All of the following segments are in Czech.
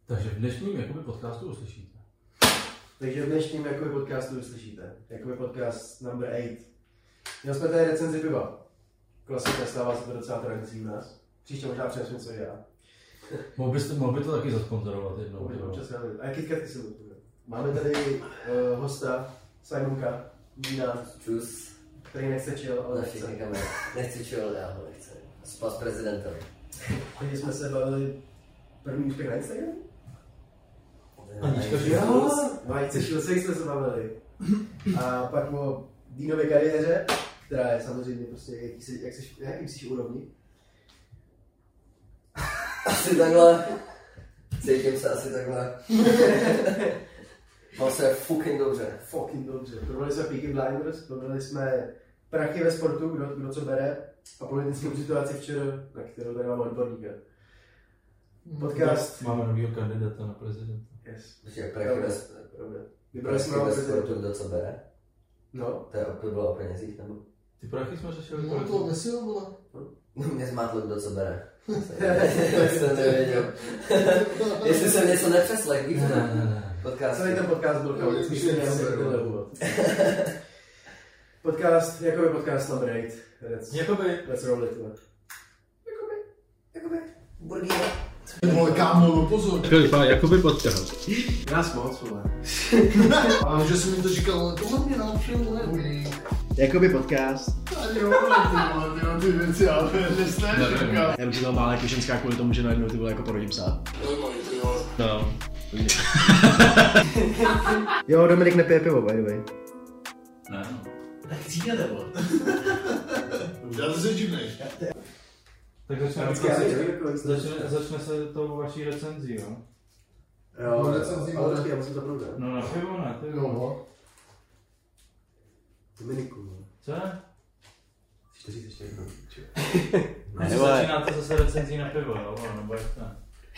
Takže v dnešním jakoby podcastu uslyšíte. Jakoby podcast number 8. Měli jsme tady recenzi piva. Klasika, stává se to docela tradicí u nás. Příště možná přinesme co já. Mohl by to taky zasponzorovat jednou. A jaký KitKatky se to? Máme tady hosta, Simonka, Dína. Čus. Který nechce chill, ale nechce. Nechci chill, já ho nechci. Spas prezidentovi. Když jsme se bavili první úspěch na Instagramu? Anička Majíce Šilsek jsme se bavili. A pak o Dínově kariéře, která je samozřejmě prostě jaký úrovni. Asi takhle. Cítím se asi takhle. Mám se fucking dobře. Probrali jsme Peaky Blinders, probrali jsme prachy ve sportu, kdo co bere, a politickou situaci včera, na kterou tady máme odborníka. Podcast. Máme novýho kandidáta na prezidenta. Yes. Vybrali jsme ve sportu, kdo co bere. No. To bylo o penězích, nebo? Ty prachy jsme řešili. No to nesil, vole. No mě zmátlo, kdo co bere. Tak jsem nevěděl. Jestli jsem něco nepřeslech, víš? Ne. Podcast. Celý ten podcast byl chaotický, podcast, jakoby podcast number 8. Let's roll it. Jakoby. Burgíra. Vole, kámo, pozor. Jakoby podcast. Nás moc, vole. Ale že jsem mi to říkal, ale tohle mě naučil, vole. Jakoby podcast. Tady jo, ty věci, já nesneš, říkal. Já bych si dal málo jako ženská kvůli tomu, že najednou ty vole jako porodím psa. No. Jo, Dominik nepije pivo, by the way. Ne. Tak cítěte, vole. Já to se divnej. Tak začne se tou vaší recenzí, jo? Jo, ale taky, já musím to proudat. No na pivo ne, ty No. Dominiku, no. Co je? 4 ještě jednou. Začínáte zase recenzí na pivo, jo? Nebo jak to?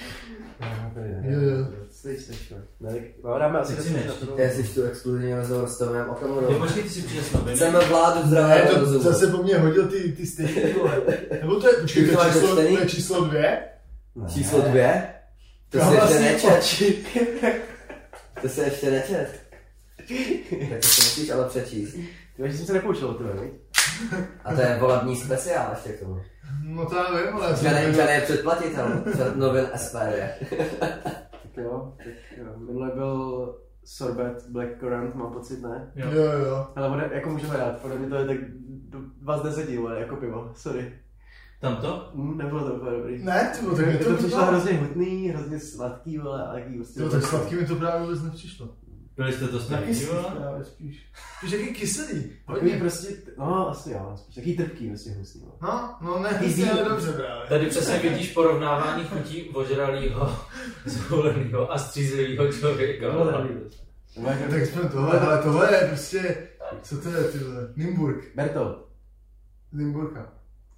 Jo. Slyš, no. Dáme asi Já si čtu exkluzivní rozhovor s Tomem Okamurou. Jo, počkej, ty si přijel s noviny. Chceme vládu zdravého To rozumu. zase po mně hodil ty stejný, vole. Nebo to je, počkej, to je číslo 2? Číslo 2? To se ještě nečet. To se ještě nečet. Tak to musíš ale přečíst. Ty jsem se nepoučil o tebe, ne? A to je volební speciál ještě k tomu. No to já vím, ale... Žádný je předplatitel, novin SPD. Tak jo. Minule byl sorbet Black Currant, mám pocit, ne? Jo. Ale jako můžeme dát, podle mě to je tak 2 z 10, ale jako pivo, sorry. Tamto? Nebylo to úplně dobrý. Ne, ty vole, tak to přišlo hrozně hutný, hrozně sladký, ale jaký prostě... Jo, tak sladký mi to právě vůbec nepřišlo. Byli jste to Taky starý, jo? právě spíš. Spíš jaký kyselý. Takový prostě, no asi jo, spíš taký trpký vlastně husný. No ne, husný, ale dobře právě. Tady přesně vidíš porovnávání chutí ožralýho, zvolenýho a střízlivýho člověka. Tak jsme tohle, ale tohle je prostě, co to je, ty vole, Nymburk. Bertolt. Nymburka.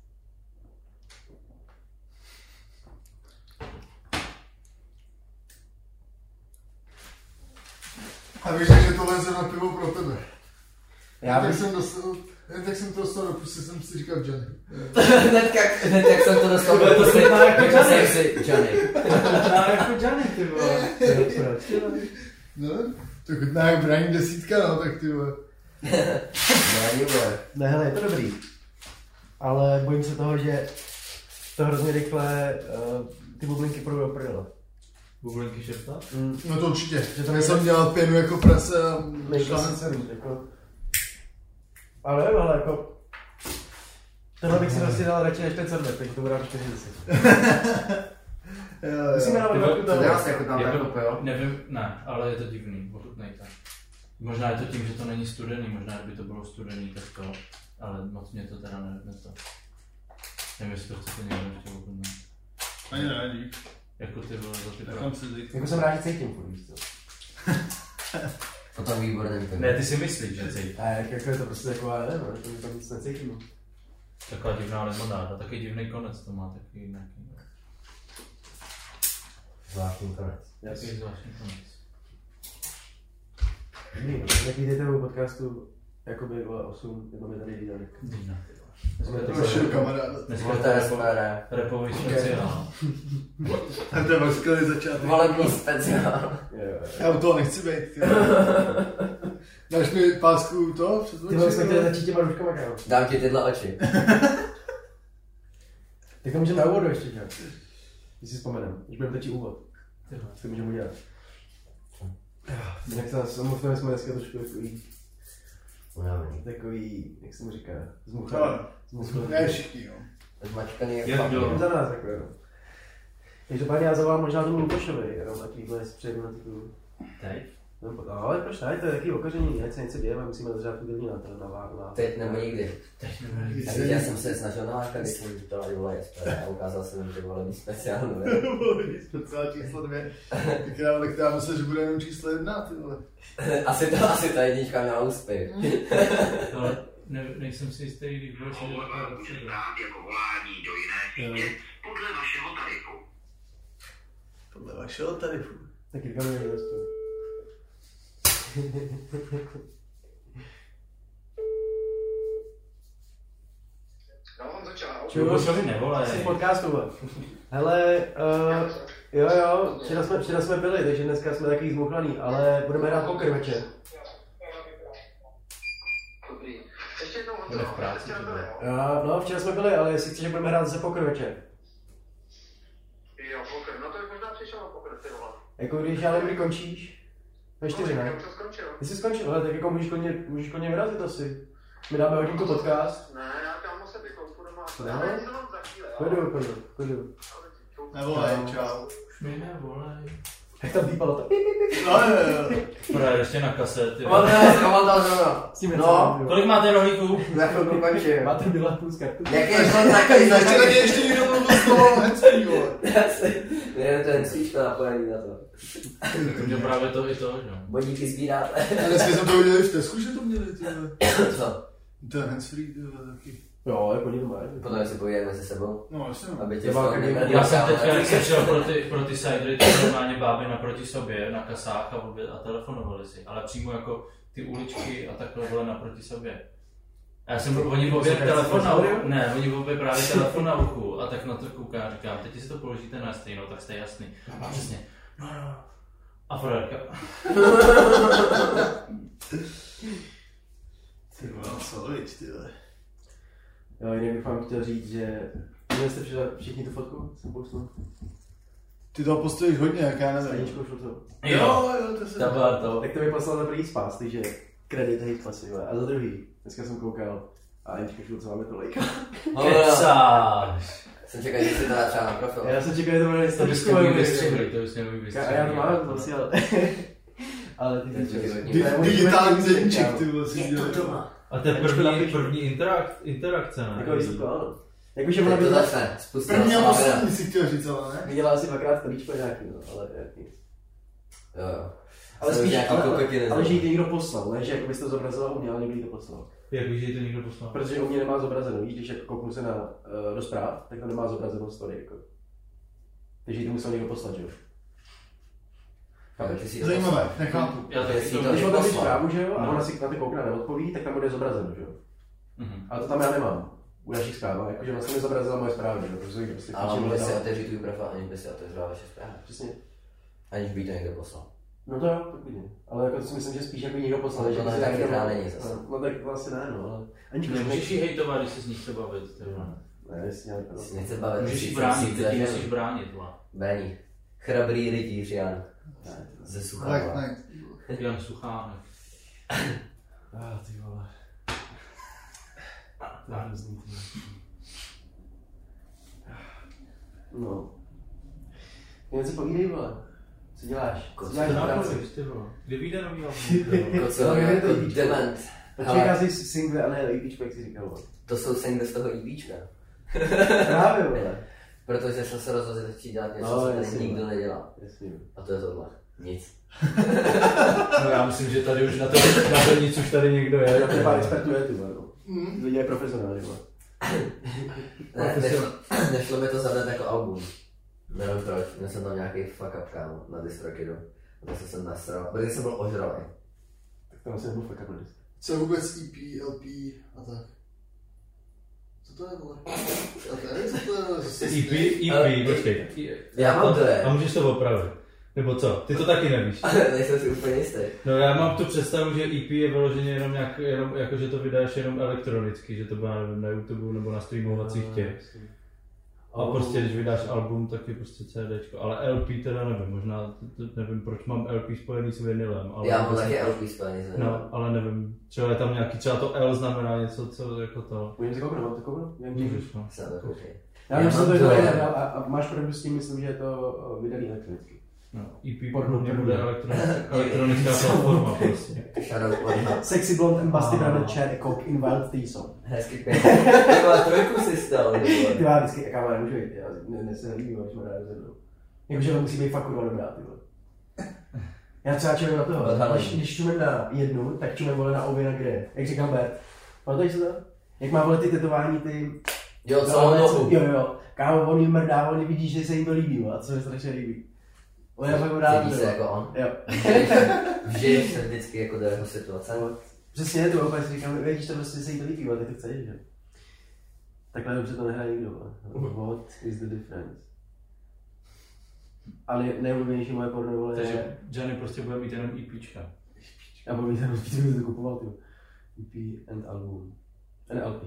A víš, že tohle je na pivo pro tebe. Tak jsem to dostal do pusy, jsem si říkal Johnny. Hned jak jsem to dostal do pusy, řekl jsem si Johnny. Jako Johnny, ty vole. No, to chutná jak braní 10, no, tak ty vole. Ne, hele, je to dobrý. Ale bojím se toho, že to hrozně rychle ty bublinky půjdou do prdele. Bublinky šeptat? No to určitě, že to jsem dělal pěnu jako prase a šlánem celý, jako. Ale jako... Tohle bych si vlastně dal radši než ten sorbet, takže to bude dát 40. Musíme dávat velkou toho. Já se jako tam jako jo? Nevím, ne, ale je to divný, ochutnejte. Možná je to tím, že to není studený, možná kdyby to bylo studený, tak to, ale moc mě to teda ne to. Nevím, jestli to chcete někdo ještě ochutnat. Ani ne, dík. Jako ty vole za ty Nechám si zjít. Jako jsem rád, že cítím furt, víš co? O tom výborně vypadá. Ne, ty si myslíš, že cítí. Jako je to prostě taková, nevím, to mi tam nic necítím. Taková divná limonáda, taky divný konec to má, taky nějaký. Zvláštní konec. Jaký zvláštní konec. Tak vítejte u podcastu jakoby 8, nebo mi tady Dínek. Dína, ty vole. Vašeho kamaráda. Dneska je to repový speciál. A to je skvělý začátek. volební speciál. Já u toho nechci být. Dáš mi pásku to přes oči? Ty jsme chtěli začít těma ruškama, kámo. Dám ti tyhle oči. Tak to můžeme na úvodu ještě dělat. Když si vzpomenem, když budeme točit úvod. Co můžeme udělat. Jinak se omluvíme, jsme dneska trošku takový, jak se mu říká, zmuchaný. Ne všichni, jo. Zmačkaný Jak jak kdo? papír. Za nás, jako jo. Každopádně já zavolám možná tomu Lukášovi, jenom ať výhle přejdu na tu... Teď? No, ale proč ne, to je takový okažení, ať se něco děje, musíme začát tu dělní na Teď nebo nikdy. Teď nebude. Já jsem se snažil nalákat, když jsem to vole SPD a ukázal jsem, že volební speciál nové. Speciál číslo 2. Tak já myslím, že bude jenom číslo 1, ty vole. Asi ta jednička měla úspěch. Ale nejsem si jistý, když byl si Hovorka může brát jako volání do jiné sítě podle vašeho tarifu. Podle vašeho tarifu. Tak říkám, že prostě. No, on začal. Lubošovi nevolej. Jsi v podcastu, vole. Hele, jo, včera jsme byli, takže dneska jsme takový zmuchlaný, ale budeme hrát poker večer. Dobrý. Ještě jednou Bude v práci, No, včera jsme byli, ale jestli chceš, že budeme hrát zase poker večer. Jo, poker. No to bych možná přišel na poker, ty vole. Jako když já nevím, kdy končíš. Ve 4, ne? Já už to skončil. Ty jsi skončil, ale tak jako můžeš klidně vyrazit asi. My dáme hodinku podcast. Ne, já kam se vykousku doma. Ne? Já jsem za chvíli, Klidu. Nevolej, čau. Už mi nevolej. Jak tam výpalo to? No. Právě ještě na kasety. Komandal zrovna. S tím No. Kolik máte rohlíků? Za chvilku končím. Máte byla plus kartu. Jaký je kontakt? Ještě tady ještě někdo mluvil z toho handsfree, vole. Ne, to je svíčka napojený na to. To právě to i to, že? Bodíky sbíráte. A dneska jsem to viděl v Tesku, že to měli, ty vole. Co? Ten handsfree, ty vole, taky. Jo, jako oni to mají. Potom si povídeme se sebou. No, jasně, no. Aby tě To má z toho takový- nebrali Já jsem kále. teďka, jak jsem šel pro ty sidery, tak normálně báby naproti sobě na kasách a telefonovali si, ale přímo jako ty uličky a takhle vole naproti sobě. A já jsem oni obě telefon na uchu, ne, oni obě právě telefon na uchu a tak na to koukám, říkám, teď si to položíte na stejno, tak jste jasný. A přesně, no. A Fredka. Ty vole, co viď, ty vole. Jo, jinak bych vám chtěl říct, že... Měli jste všichni tu fotku? Jsem postal. Ty toho postojíš hodně, jak já S nevím. Aničkou Šulcovou. Jo, to se... to byla to. Tak to mi poslal za první spás, takže kredit hejt pasy, a za druhý. Dneska jsem koukal a Anička Šulcová mi to lejka. Kecáš. Jsem čekal, že si to dá třeba na profil. Já jsem čekal, že to bude To bys historické. neměl vystřihlit, to bys neměl A vystřihlit. já to mám, prostě, ale ty Digitální deníček, ty vole, si Je to dělali. doma. A to je první interakce, ne? Jako výstup, ano. Jakože ona Teď to viděla, začne. Spustila První a se kamera. poslední si chtěl říct, ale ne? viděla asi dvakrát kolíčko nějaký, no, ale nic. Jo. Ale Jsem spíš, nějaký kokotiny. ale že jí to někdo poslal, ne, že jako bys to zobrazila u mě, ale někdo jí to poslal. Jak víš, že to někdo poslal? Protože u mě nemá zobrazeno, víš, když jako kouknu se na, do zpráv, tak to nemá zobrazeno story, jako. Takže jí to musel někdo poslat, že jo? Ty si to Zajímavé, nechápu. Já taky Jestli to to- Když on tam poslal. zprávu, že jo, a No. ona si na ty koukne a neodpoví, tak tam bude zobrazeno, že jo? Ale to tam já nemám. U našich zpráv, jakože vlastně mi zobrazila moje zprávy, že jo? Protože jich prostě Ale píšem mohli si dál. otevřít tvůj profil, aniž by si otevřela vaše zprávy. Přesně. Aniž by to někdo poslal. No to jo, tak vidím. Ale jako to si myslím, že spíš jako někdo poslal, No že to by ne, si tak někdo- chytrá není zase. No tak vlastně ne, no, ale... Anička, Nemůžeš jí hejtovat, když se s ní chce bavit. Ne, jestli nějak Si nechce bavit. Můžeš jí si bránit, chce ty ženu. musíš bránit. Bení. Chrabrý rytíř Jan. Ze Black Suchava. Knight. Jan Suchánek. Ty vole. To je hrozný, ty vole. No. Něco povídej, vole. Co děláš? Co děláš v práci? Kdy vyjde nový album? Kocel No, jako je to EPčko. dement. Počkej, já si single a ne EPčko, jak jsi říkal, vole. To jsou singly z toho EPčka. Právě, vole. Protože jsem se rozhodl, že chci dělat něco, No, co tady jasně, nikdo vole. nedělá. Jasně. A to je tohle. Nic. No já myslím, že tady už na to nic už tady někdo je. Na to pár expertů je, ty vole, no. Lidi je profesionální, vole. Ne, nešlo mi to zadat jako album. Nevím proč, měl jsem tam nějaký fuck up, kámo, na DistroKidu. A to jsem nasral, protože jsem byl ožralý. Tak to vlastně nebyl fuck up list. Co je vůbec EP, LP a tak? Co to je, vole? A to je, co to je? EP, počkej. Já mám to je. A můžeš to opravit. Nebo co? Ty to taky nevíš. Nejsem si úplně jistý. No já mám tu představu, že EP je vyloženě jenom jako že to vydáš jenom elektronicky, že to bude na YouTube nebo na streamovacích těch. A prostě když vydáš album, tak je prostě CDčko. Ale LP teda nevím, možná nevím, proč mám LP spojený s vinylem. Ale já mám taky LP spojený s vinylem. No, ale nevím, třeba je tam nějaký, třeba to L znamená něco, co jako to. Můžeme si kouknout, mám to kouknout? Můžeš, no. Já myslím, že to je a máš pravdu s tím, myslím, že je to vydaný elektronicky. No, EP podobně bude elektronická platforma prostě. Sexy blonde and busty brother Chad Cock in Wild Threesome. Hezky pěkně. Taková trojku si stal. Ty má vždycky, jaká má nemůžu jít, já se nelíbí, když má rád zjednou. Jakože to musí být fakt kurva dobrá, ty vole. Já třeba čumím na toho, když čumím na jednu, tak čumím vole na obě na kde, jak říkám Bert. Pamatuješ se to? Jak má vole ty tetování, ty... Jo, celou nohu. Jo. Kámo, on jim mrdá, on vidí, že se jim to líbí, a co mi strašně líbí. On je fakt rád. Cítí se jako on? Jo. Vžiješ se vždycky jako do jeho situace. Přesně, to opět si říkám, vidíš, to prostě se jí to líbí, ale ty to chceš, že? Takhle dobře to nehraje nikdo. What is the difference? Ale nejoblíbenější moje porno, vole. Takže Johnny prostě bude mít jenom EPčka. Já budu mít jenom EPčka, jsem to kupoval, ty. EP and album. And LP.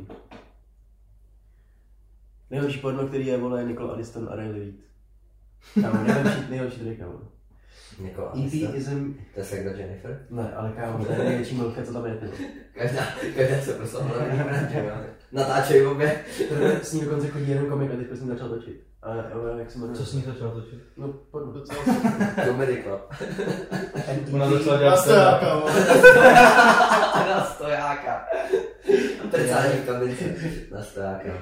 Nejlepší porno, který je, vole, Nicole Aniston a Riley Reid. Kámo, nejlepší track, kámo. Nicole Aniston. To je sekda Jennifer? Ne, ale kámo, to je největší mluvka, co tam je, ty. Každá se prostě natáčejí obě. S ní dokonce chodí jeden komik a teď prostě začal točit. A jak se jmenuje? Co s ní začal točit? No, porno docela. Comedy Club. Ona začala dělat stojáka, vole. Na stojáka. Trcání v kabince. Na stojáka.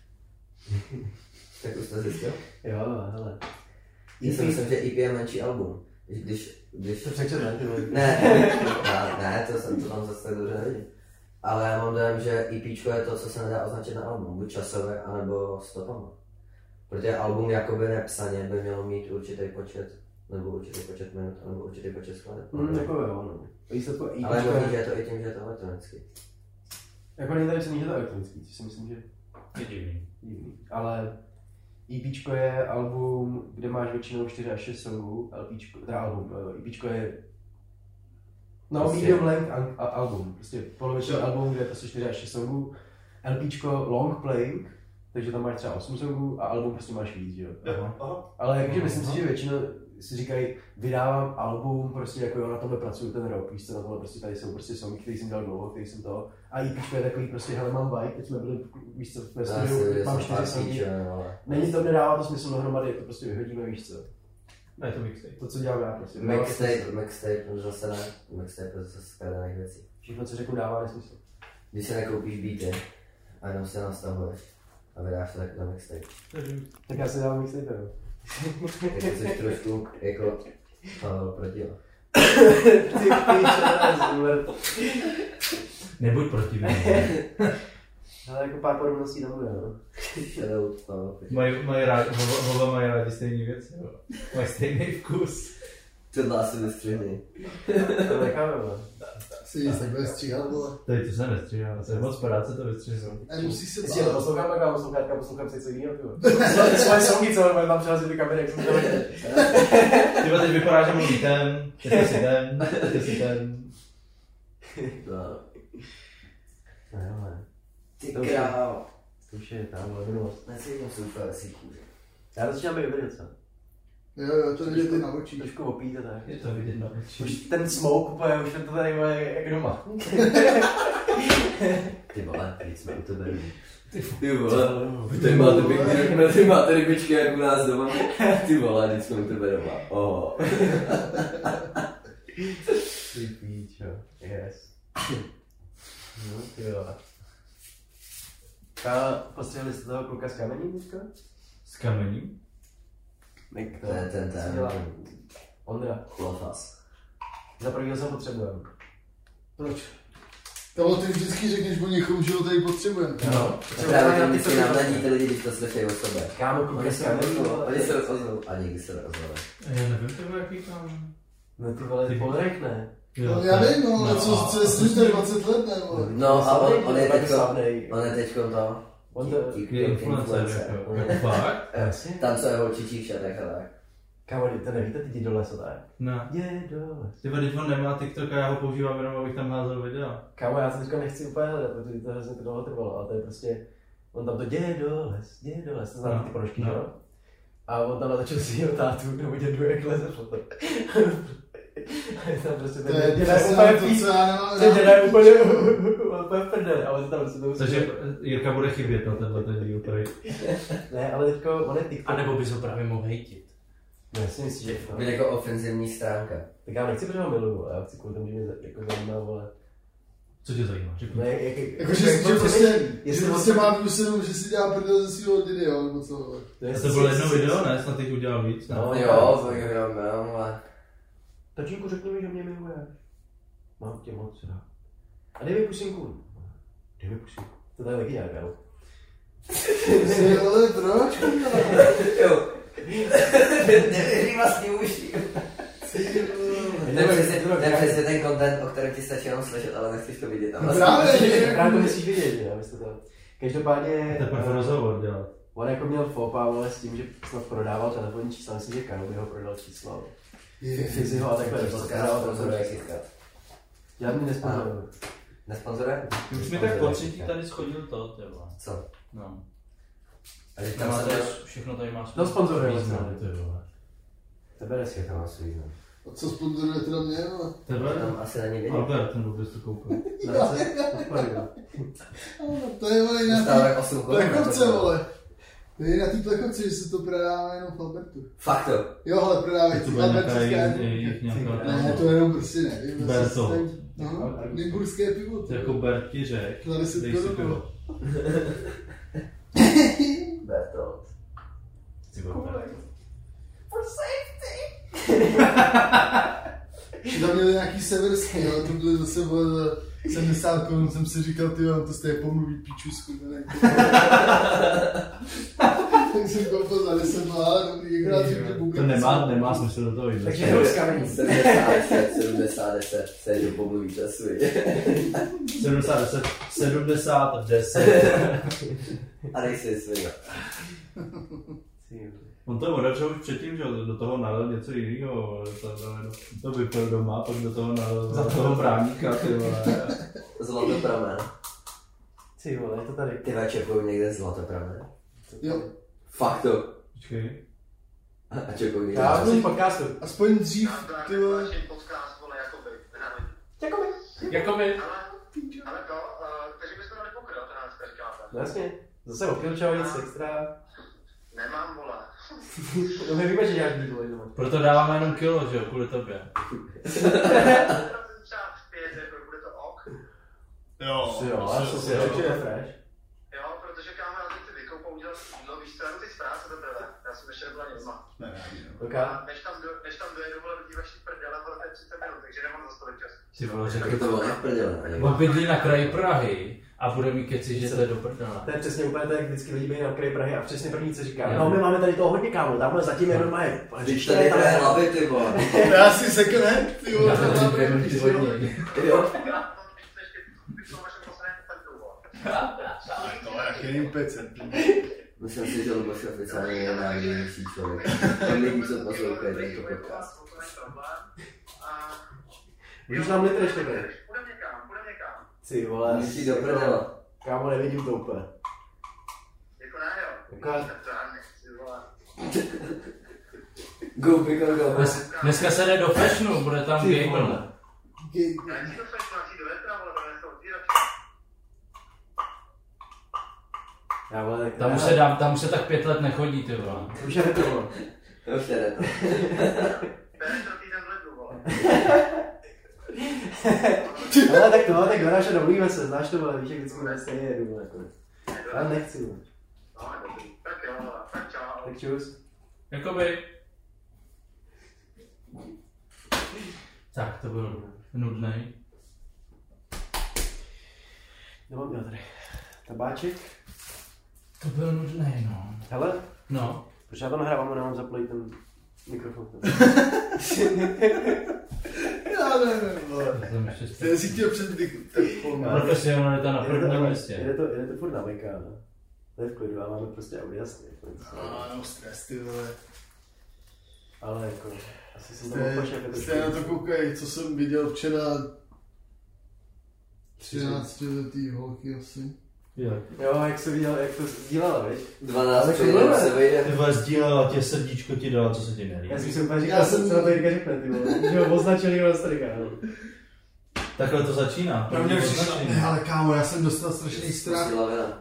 Tak už to zjistil? Jo, hele. Já si myslím, že EP je menší album. Když... To přečetne, ty vole. Ne, to tam zase tak dobře nevidím. Ale já mám dojem, že EPčko je to, co se nedá označit na album. Buď časové, anebo stopama. Protože album jakoby nepsaně by mělo mít určitý počet, nebo určitý počet minut, nebo určitý počet skladeb. Jako jo, no. Ale možná, že je to i tím, že je to elektronický. Jako není tady psaný, že to je elektronický, což si myslím, že je divný. Ale EPčko je album, kde máš většinou 4 až 6 songů, teda album, EPčko je medium length album, prostě poloviční album, kde je prostě 4 až 6 songů, LPčko long playing, takže tam máš třeba 8 songů a album prostě máš víc, jo. Ale jakože myslím si, že většinou si říkají, vydávám album, prostě jako jo, na tomhle pracuju ten rok, víš co, na tohle prostě tady jsou prostě songy, který jsem dělal dlouho, který jsem to, a EPčko je takový prostě, hele mám vibe, teď jsme byli, víš co, ve studiu, mám 4 songy, není to, nedává to smysl dohromady, jak to prostě vyhodíme, víš co. Ne, to mixtape. To, co dělám já prostě. Mixtape zase ne, mixtape je zase skladaných věcí. Všechno, co řeknu, dává nesmysl. Když se nekoupíš beaty a jenom se nastavuješ a vydáš to tak na mixtape. Tak já si dávám mixtape, jo. Tak jsi trošku jako Pavel Protiva. Ty píče, nebuď protivný. Ale jako pár podobností tam bude, no. Shoutout Pavel Protiva. Mají rádi stejný věci, jo. Mají stejný vkus. Tohle asi vystřihni. To necháme, no. Si nic takhle stříhat, vole. Tady to se nestříhá, to je moc práce to vystřihnout. Musíš se Jestli to poslouchám, tak já poslouchátka poslouchám si co jinýho, ty svoje songy, co mám přiházet ty kamery, jak jsem to viděl. Ty teď vypadá, že mluví ten, teď si ten. No. Ne. Ty král. To už je tam, ale minulost. Necítím super asi kůže. Já to začínám být dobrý docela. Jo, to vidět i na očích. Trošku opít a tak. Je to vidět na očích. Už ten smoke úplně, už to tady bude jak doma. Ty vole, teď jsme u tebe. Ty vole, tady máte pěkně, tady máte rybičky jak u nás doma. Ty vole, teď jsme u tebe doma. Oh. Ty píčo, yes. No ty vole. A postřehli jste toho kluka s kamením teďka? S kamením? To je ten. Ondra. Chlofas. Za prvního jsem potřebujeme. Proč? Tohle ty vždycky řekneš o někomu, že ho tady potřebujeme. No. Právě ty vždycky nám nadí ty lidi, když to slyšejí od sebe. Kámo, kluka s kamením. Oni se rozozvou. A nikdy se neozvali. Já nevím, to jaký tam. No ty vole, ty polrek, ne? No, já vím, no, ale co je s tím 20 let, ne, vole. No a on je teďko to. Je influencer, jako. Fakt? Tancuje v holčičích šatech a tak. Kámo, to nevíte, ty jdi do lesa, tak? Ne. Je do lesa. Ty když on nemá TikTok a já ho používám jenom, abych tam házel videa. Kámo, já se teďka nechci úplně hledat, protože to hrozně to dlouho trvalo, ale to je prostě, on tam to jde do les, to znamená ty ponožky, že jo? A on tam natočil svýho tátu, nebo dědu, jak leze foto. A je tam prostě ten děda je úplně pít, ten děda je úplně v prdeli, ale to tam prostě to Takže Jirka bude chybět na ten díl tady. Ne, ale teďko, on je TikTok. A nebo bys ho právě mohl hejtit. No, já si myslím, že Být jako ofenzivní stránka. Tak já nechci, protože ho miluju, a já chci kvůli tomu, že mě jako zajímá, vole. Co tě zajímá? No, že prostě má vyusenou, že si dělá prdel ze svýho dědy, jo, nebo co? To bylo jedno video, ne? Snad teď udělal víc, ne? No jo, to je ale... Tačínku, řekni mi, že mě miluješ. Mám tě moc rád. A dej mi pusinku. Dej mi pusinku. To tady taky nějak, jo? Ale proč? Jo. Nevěří vlastní uši. To je přesně ten content, o kterém ti stačí jenom slyšet, ale nechceš to vidět. Právě to musíš vidět, že jo? Každopádně... To je první rozhovor dělat. On jako měl fopa, ale s tím, že snad prodával telefonní čísla, myslím, že Kano by ho prodal číslo. Fyzi ho a takhle prodával sponzoruje KitKat. Žádný nesponzoruje. Nesponzoruje? Už mi tak po třetí tady schodil to, tyhle. Co? No. A když Tam tam máš se všechno tady máš. To sponzoruje význam, ty vole. Tebe nesmí. to má svůj význam. A co sponzoruje teda mě, no? Tebe? Tam asi není vidět. Albert, ten vůbec to koupil. To je vole na Stále té 8 plechovce, vole. To je na té plechovce, že se to prodává jenom v Albertu. Fakt to. Jo, ale prodávají To v bude Albertu. Ne, to je jenom prostě nevím. Berto. No, nymburské pivo. To jako Bert ti řek. Za 10 Dej si korun. pivo. Bertolt. Ty vole. Tam měli nějaký severský, ale to byly zase vole 70 korun, jsem si říkal, ty to z té pomluví píču skurvené. Tak jsem koupil za 10 ale dobrý, jekrát si To nemá smysl do toho jít. Takže je rozkamený. 70, 10, se to pomluví času. 70, 10. A dej si svý. On to odevřel už předtím, že do toho nalil něco jiného, to vypil doma, pak do toho nalil za toho bráníka, ty vole. Zlatopramen. Ty vole, je to tady. Ty čekuju někde zlatopramen. Jo. Fakt to. Počkej. A čekuju někde. Já jsem podcastu. Aspoň dřív, ty vole. podcast, vole, Jakoby. Ale to, takže byste to nepokryl, to nás říkáte. No jasně. Zase opilčal nic extra. Nemám, vole. No my víme, že děláš díl, že Proto dáváme jenom kilo, že jo, kvůli tobě. Třeba 5, jako bude to ok. Jo, ale co si řekl, že je fresh. Jo, protože kámo, já si vykoupal udělat jídlo, víš co, já ty z práce teprve. Já jsem ještě nebyla ani doma. A než tam dojedu, vole, vidí vaši prdele, vole, to je 30 minut, takže nemám za tolik času. Ty vole, Tak řekl to bylo v prdele. on bydlí na kraji Prahy a bude mi keci, že to je do prdele. To je přesně úplně tak, vždycky lidi běhají na kraji Prahy a přesně první, co říká. No, my máme tady toho hodně, kámo, tamhle zatím je normálně. Když tady hraje hlavy, ty vole. Já si second hand, ty vole. Já to říkám ty hodně. Jo. Ale to je jak jiným pecem. Myslím si, že Luboš oficiálně je největší člověk. Tam lidí, co poslouchají tento podcast. Můžeš nám litr ještě tady? Půjdem někam. Ty vole. Myslí do prdele. Kámo, nevidím to úplně. Jako ne, jo. Jako- Tak to já nechci, vole. Go big or go. Dneska se jde do fashionu, bude tam Ty gamer. vole. Já ti to fešnu, já ti do vetra, vole, to je to otvírač. Já vole, tak Tam už se tak 5 let nechodí, ty vole. už je to vole. To už jde to. Petr týden v lednu, vole. Ale tak tohle, tak Donáša, domluvíme se, znáš to, vole, víš, jak vždycky mě stejně jedu, vole, nakonec. Já nechci, vole. No, dobrý. Tak jo, vole, tak čau. Tak čus. Jakoby. Tak, to byl nudnej. Nemám já tady. Tabáček. To byl nudnej, no. Hele, No. proč já to nahrávám a nemám zaplnit ten mikrofon? Já nevím, vole. To jsem ještě Ty jsi chtěl předbych, tak půl. Profesionalita na prvním místě. Jde to furt na meka, ne? To je v klidu, ale máme prostě audio jasný. No, stres, ty vole. Ale jako, asi jsem tam Jste na to koukej, co jsem viděl včera 13letý holky asi. Jo, jak se viděl, jak to sdílela, viď? 12 minut se vejde. Ty vole, sdílela tě, srdíčko ti dala, co se ti nelíbí. Já si myslím, že co na to Jirka řekne, ty vole. Že ho označili jeho strika, no. Takhle to začíná. Ale kámo, já jsem dostal strašný strach.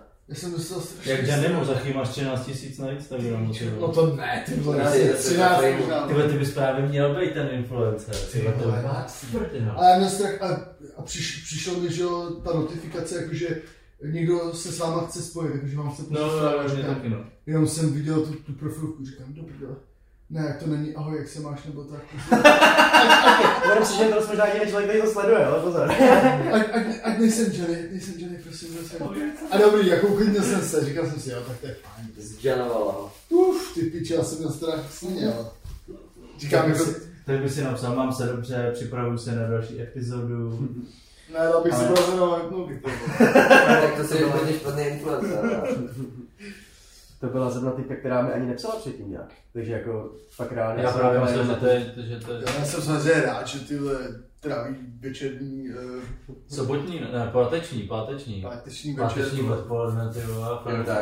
Jak Janemo, za chvíli máš 13 000 na Instagramu. No to ne, ty vole, já jsem 13 možná. Ty bys právě měl být ten influencer. Ale já měl strach a přišlo mi, že ta notifikace, jakože někdo se s váma chce spojit, jakože vám chce taky, no. Jenom jsem viděl tu profilku, říkám, dobrý, ne, jak to není, ahoj, jak se máš, nebo tak. Jenom si, že to možná jiný člověk, který to sleduje, ale pozor. Ať nejsem Jenny, prosím, a dobrý, jako uklidnil jsem se, říkal jsem si, jo, tak to je fajn. Zjanovala. Ty piči, já jsem měl strach sníně, ale. Říkám, jako... Tak by si napsal, mám se dobře, připravuju se na další epizodu. Ne, abych si byl zrovna vypnul, tak to si hodně špatný influencer. To byla zrovna typka, která mi ani nepsala předtím nějak. Takže jako fakt rád. Já právě myslím, že to je... Já jsem samozřejmě rád, že tyhle tráví večerní... Sobotní, ne, páteční večer. Odpoledne, ty vole.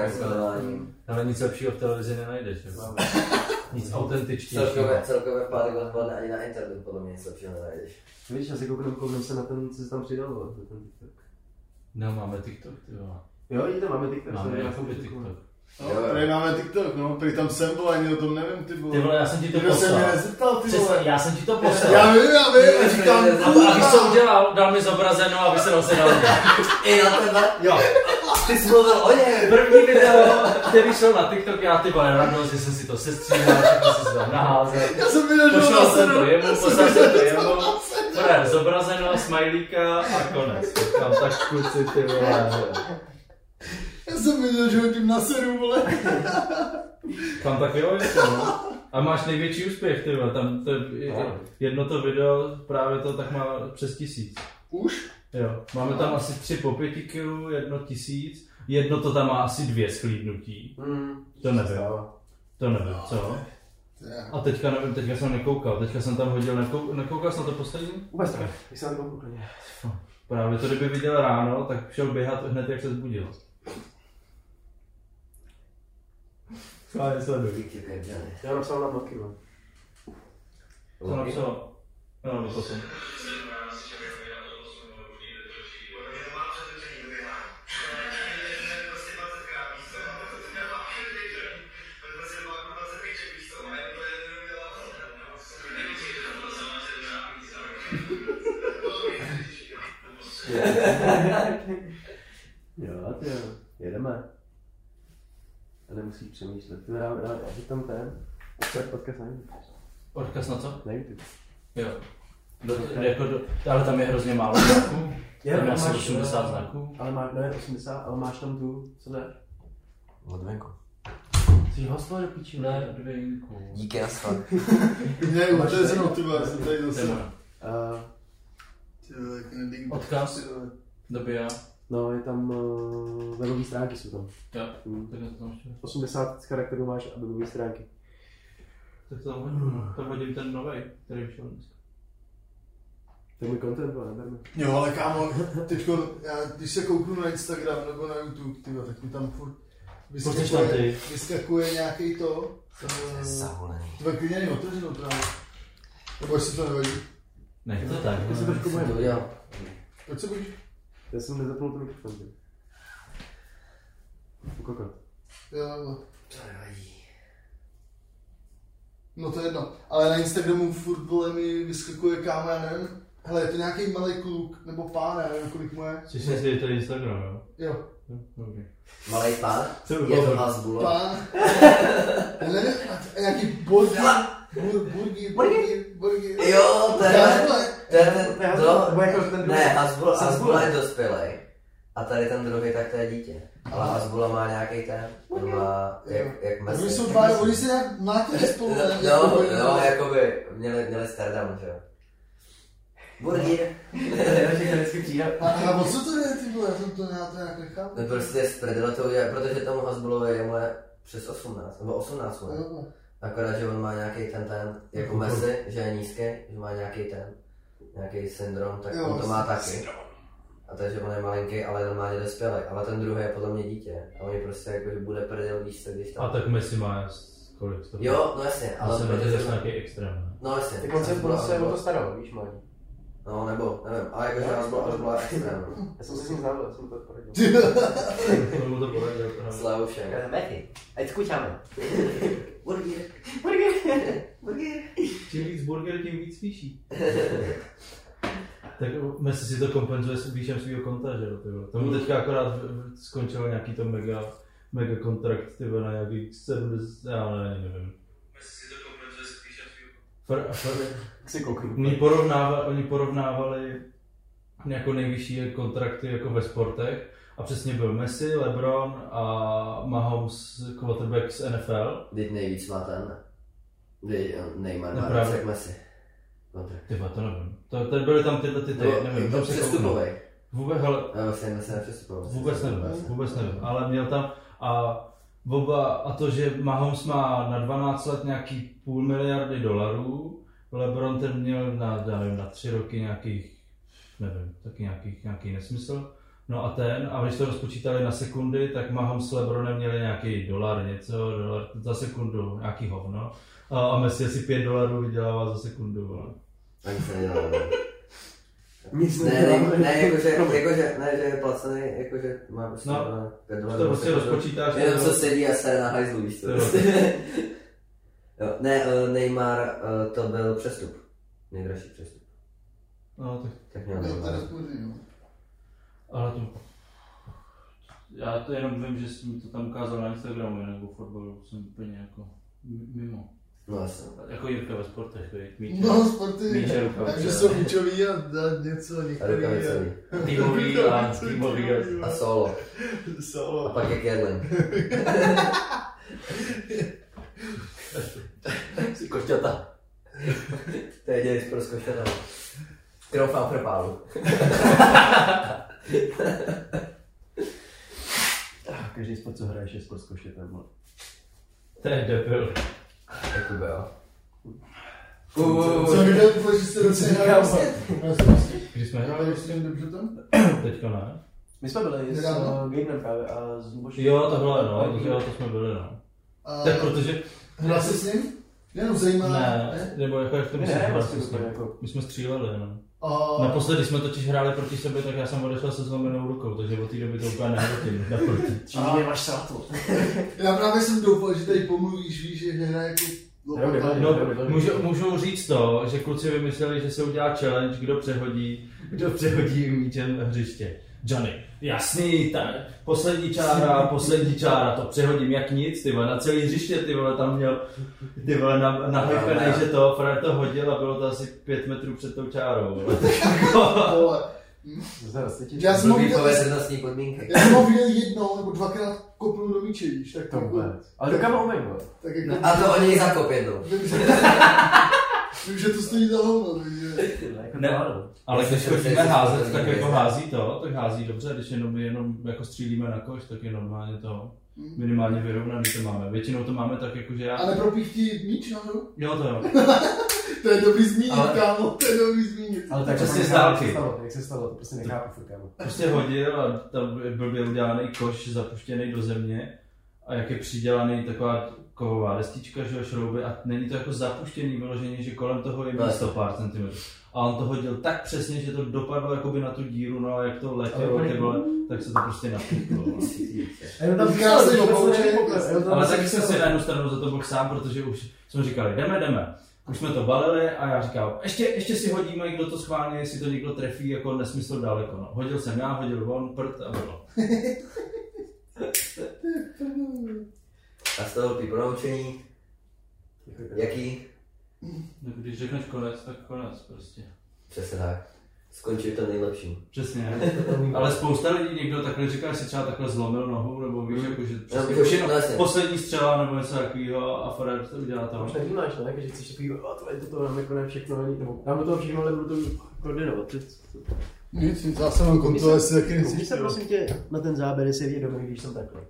Ale nic lepšího v televizi nenajdeš. Nic autentičtějšího. Celkově v pátek odpoledne ani na internetu podle mě nic lepšího nenajdeš. Víš, asi kouknem se na ten, co se tam přidalo, na ten TikTok. No, máme TikTok, ty vole. Jo, to máme TikTok. Máme jakoby TikTok. No, tady máme TikTok, no, prý tam jsem byl, ani o tom nevím, ty vole. Ty vole, já jsem ti to poslal. poslal. Jsem mě nezeptal, ty vole. Já jsem ti to poslal. Já vím, říkám, a víš, co udělal? Dal mi zobrazeno a vysel se dal. I na tebe? Jo. Ty jsi mluvil o něm. První video, který šel na TikTok, já ty vole radost, že jsem si to sestříhal, všechno si tam naházel. Já jsem viděl, že poslal jsem to jemu, poslal jsem to jemu. Zobrazeno, smajlíka a konec. Tam tak kluci, ty vole. Já jsem viděl, že ho tím naseru, vole. Tam tak jo, no. A máš největší úspěch, ty vole. Tam to jedno to video, právě to tak má přes 1000. Už? Jo. Máme tam asi 3 po 5 kg, 1000. Jedno to tam má asi 2 sklídnutí. To nevím. To nevím, co? A teďka nevím, teďka jsem nekoukal. Teďka jsem tam hodil, nekoukal jsi na to poslední? Vůbec ne, když jsem to úplně. Právě to, kdyby viděl ráno, tak šel běhat hned, jak se zbudil. Schválně sleduj. Já napsal na bloky, no. Co napsal? No, to jsem. Jo, ty jo, jedeme. A nemusí přemýšlet. Ty dáme tam ten, podcast na YouTube. Podcast na co? Na YouTube. Jo. Ale tam je hrozně málo znaků. Tam je asi 80 znaků. Ale máš, ne 80, ale máš tam tu, co dáš? Ledvenku. Jsi hostla do píči? Ledvenku. Díky na stan. Ne, uteřenou, ty vole, jsem tady zase. Odkaz? Době. No, je tam webové stránky jsou tam. Jo, tak to tam ještě. 80 charakterů máš a webové stránky. Tak to tam hodím. Tam hodím ten novej, který vyšel dneska. To je můj content, ale neberme. Jo, ale kámo, teďko, když se kouknu na Instagram nebo na YouTube, tyba, tak mi tam furt vyskakuje nějaký to. Tvoje klidně není otevřenou právě. Nebo jestli to nevadí. Ne, to tak. Já se trošku bojím. Proč se bojíš? Já jsem nezapnul to mikrofon. Ukokot. Jo, to nevadí. No to je jedno. Ale na Instagramu furt vole mi vyskakuje kámo, já nevím. Hele, je to nějaký malý kluk, nebo pán, já nevím, kolik mu je. Jsi si myslí, že to je Instagram, jo? Jo. Dobrý. Malej pán? Je to Hasbulla? Pán. Já nevím, nějaký burgi. Jo, to je ten... Ne, Hasbulla je dospělej. A tady ten druhý, tak to je dítě. Ale Hasbulla má nějaký ten, on má jak mesi. Oni se nějak mlátili spolu. No, jakoby, měli stardam, že jo. Burgír. A o co to je, ty vole, já jsem to nějak nechápu. No prostě z prdele to udělá, protože tomu Hasbulovi je moje přes 18, nebo 18 moje. Akorát, že on má nějaký ten, jako Messi, že je nízký, že má nějaký syndrom, tak on to má taky. A takže on je malinký, ale normálně dospělý, ale ten druhý je podle mě dítě. A oni prostě jako, že bude prdel, víš co, když tam... A tak Messi má kolik? Jo, no jasně, ale... protože to je nějaký extrém. No jasně. Ty koncept prostě o to starou, víš, mladí. No, nebo, nevím, ale jakože nás byla extrém. Já jsem se s ním znal, já jsem to poradil. To to poradil. Slavoušek. Mechy, ať zkučáme. Burgír. Čím víc burger, tím víc píší. Tak Messi si to kompenzuje s výšem svýho konta, že jo? Tomu teďka akorát skončilo nějaký to mega kontrakt, tyhle na nějakých 70, já nevím. Messi si to kompenzuje s výšem svýho konta. Oni porovnávali jako nejvyšší kontrakty jako ve sportech a přesně byl Messi, LeBron a Mahomes, quarterback z NFL. Teď nejvíc má ten, Neymar má jak Messi. Tyba, to nevím. To byly tam tyhle ty, nevím. To přestupovej. Vůbec, ale... Vůbec nevím, ale měl tam a to, že Mahomes má na 12 let nějaký $500 miliardy, LeBron ten měl na 3 roky nějakých, nevím, taky nějaký nesmysl. No a když to rozpočítali na sekundy, tak Mahomes s LeBronem měli nějaký dolar za sekundu, nějaký hovno. A Messi asi $5 vydělává za sekundu. Ani se nedělá. Nic ne, že je placený, jakože má prostě $5. To prostě rozpočítáš. Jenom co sedí a sere na hajzlu, víš to. Ne, Neymar, to byl přestup. Nejdražší přestup. No, tak měl Neymar. Ale to... Já to jenom vím, že jsem to tam ukázal na Instagramu, jinak o fotbalu jsem úplně jako mimo. No jasně. Jako Jirka ve sportech, víš? No, sporty, takže jsou míčový a něco, některý a... Týmový a solo. A pak je Kerlin. Jsi košťata. To je jediný sport s košťatama. Kroufám prpálu. Každý sport, co hraješ, je sport s košťatem. To je debil. Jakube, jo. Co kde že jste docela hrál vlastně? Když jsme hráli s tím dobře tam? Teďka ne. My jsme byli s Gabenem právě a s Božím. Jo, tohle no, to jsme byli no. Tak protože... Hrál jsi s ním? Jenom zajímá. Ne, nebo jak to myslím, my jsme stříleli, no. Naposledy jsme totiž hráli proti sobě, tak já jsem odešel se zlomenou rukou, takže od té doby to úplně nehrotím naproti. Čím nemáš sátu. Já právě jsem doufal, že tady pomluvíš, víš, že hraje jako... No, můžu říct to, že kluci vymysleli, že se udělá challenge, kdo přehodí míčem hřiště. Johnny, jasný, poslední čára, to přehodím jak nic, ty vole, na celý hřiště, ty vole, tam měl, ty vole, nahypenej, že to, Fred to hodil a bylo to asi 5 metrů před tou čárou, Já jsem ho viděl jednou nebo dvakrát kopnul do míče, víš, tak to vůbec. Ale do kam umej, vole. A to o něj zakop jednou. Vím, že to stojí za hovno, takže... Ne, ale když chodíme házet, tak jako tak hází dobře, když jenom jako střílíme na koš, tak je normálně to minimálně vyrovnaný to máme. Většinou to máme tak jako, že já... A nepropích ti míč, no? Jo, to jo. To je dobrý zmínit, kámo, to je dobrý zmínit. Ale tak přesně z dálky. Jak se stalo, to prostě nechápu, kámo. Prostě hodil a tam byl udělaný koš zapuštěný do země a jak je přidělaný taková kovová destička, že šrouby a není to jako zapuštěný vyloženě, že kolem toho je místo pár centimetrů. A on to hodil tak přesně, že to dopadlo jakoby na tu díru, no a jak to letělo, tak se to prostě napíchlo. Ale taky jsem si na jednu stranu za to byl sám, protože už jsme říkali, jdeme. Už jsme to balili a já říkal, ještě si hodíme, kdo to schválně, jestli to někdo trefí, jako nesmysl daleko. No. Hodil jsem já, hodil on, prd a bylo. A z toho ponaučení, jaký? No, když řekneš konec, tak konec prostě. Přesně tak. Skončí to nejlepším. Přesně. Ale spousta lidí někdo takhle říká, že si třeba takhle zlomil nohu, nebo víš, jako, že přesně poslední střela nebo něco takového a Fred to udělá tam. Už nevnímáš, ne? Že chceš takový, to nám jako ne všechno, nebo nám do toho všechno, ale budu to koordinovat. Nic, já jsem mám kontrol, jestli taky nechci. Když se prosím tě na ten záběr, jestli je vědomý, když jsem takhle.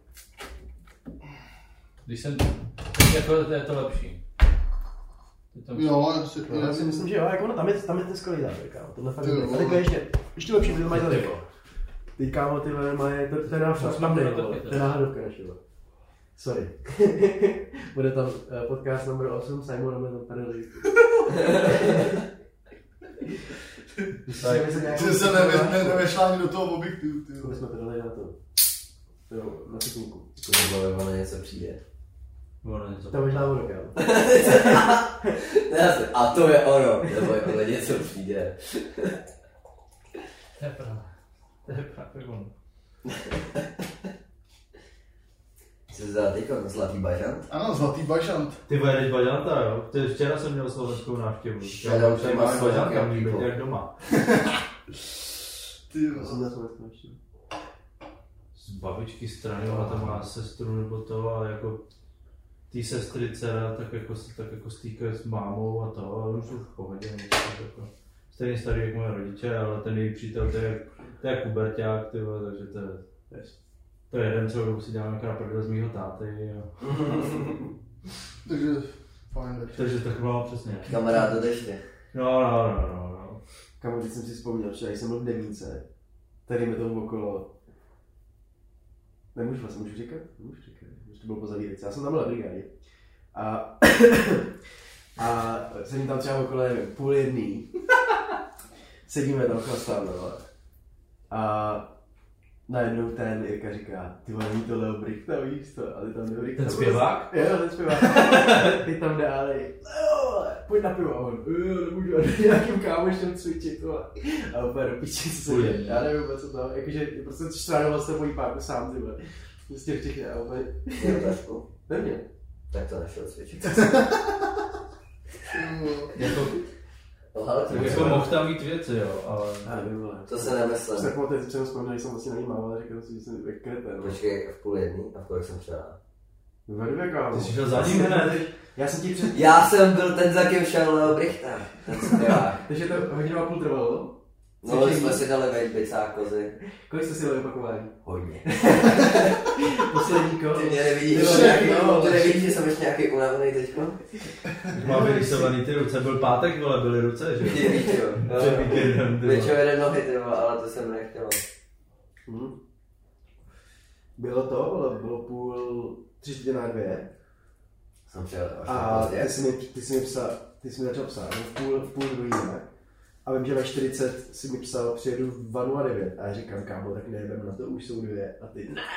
Když jsem, jako je to lepší. Jo, já si myslím, že jo, jako tam je ten skvělý záběr, kámo. Tohle fakt je. A teďka ještě lepší, protože to mají tady. Teď kámo, tyhle mají, to je náš thumbnail, to je náhradovka našeho. Sorry. Bude tam podcast number 8, Simon nám tady lidi. Že se nevešla ani do toho objektivu, ty. My jsme to dali na to. Jo, na sekundku. Ono něco přijde. To možná ono, kámo. A to je ono, nebo jako něco přijde. To je pravda. To je právě ono. Jsi za teďko Zlatý bažant? Ano, Zlatý bažant. Ty jedeš bažanta, jo? Včera jsem měl slovenskou návštěvu. Včera už máš bažanta, může být jak doma. Ty z babičky strany, ona tam má sestru nebo to a jako tý sestry dcera tak jako stýkají s mámou a to, ale už jsou v pohodě. Jako, stejně starý jako moje rodiče, ale ten její přítel, to je kuberťák, takže to je jeden, co dobu si děláme jako na prdel z mýho táty. Takže fajn. Takže tak bylo přesně. Kamarád do deště. No. Kamu, když jsem si vzpomněl, že jsem byl v Demínce, tady mi tomu okolo. Nemůžu vlastně, můžu říkat? Můžu říkat, už to bylo po zavírece. Já jsem tam byl na brigádě. A sedím tam třeba okolo, nevím, 12:30. Sedíme tam chlastáme, a najednou ten Jirka říká, ty vole, ví to Leo Brichta, víš to? A ty tam jde Brichta. Ten zpěvák? Jo, ten zpěvák. Teď tam jde ale, Leo, pojď na pivo. A on, nemůžu, a nějakým kámošem cvičit, vole. A úplně do piči, co se děje. Já nevím, co to, jakože prostě štránoval jste mojí párku sám, ty vole. Prostě všichni, a úplně. Měl tašku? Neměl. Tak to nešel cvičit. Jako mohl tam mít věci, jo, ale... To se nemyslím. Tak mohl teď vzpomněl, že jsem vlastně najímal, ale říkal si, že jsem kreten. Počkej, v 12:30 a v kolik jsem včera? Ve 2, kámo. Ty jsi šel za ním hned. Já jsem byl ten, za kým šel Leo Brichta. Ten zpěvák. Takže to 1,5 hodiny trvalo? No, jsme si dali vejpicá kozy. Kolik jste si dali opakování? Hodně. Poslední kolo. Ty mě nevidíš, že jsem ještě nějaký unavený teďko? Má vyrysovaný ty ruce, byl pátek, vole, byly ruce, že? Ty víš, jo. Před víkendem, ty vole. Většinou jeden nohy, ty vole, ale to jsem nechtěl. Bylo to, bylo 3:45. Jsem přijel a ty jsi mi začal psát, v půl druhý, a vím, že ve 40 si mi psal, přijedu v 2:09 a já říkám, kámo, tak nejdeme na to, už jsou 2 a ty ne.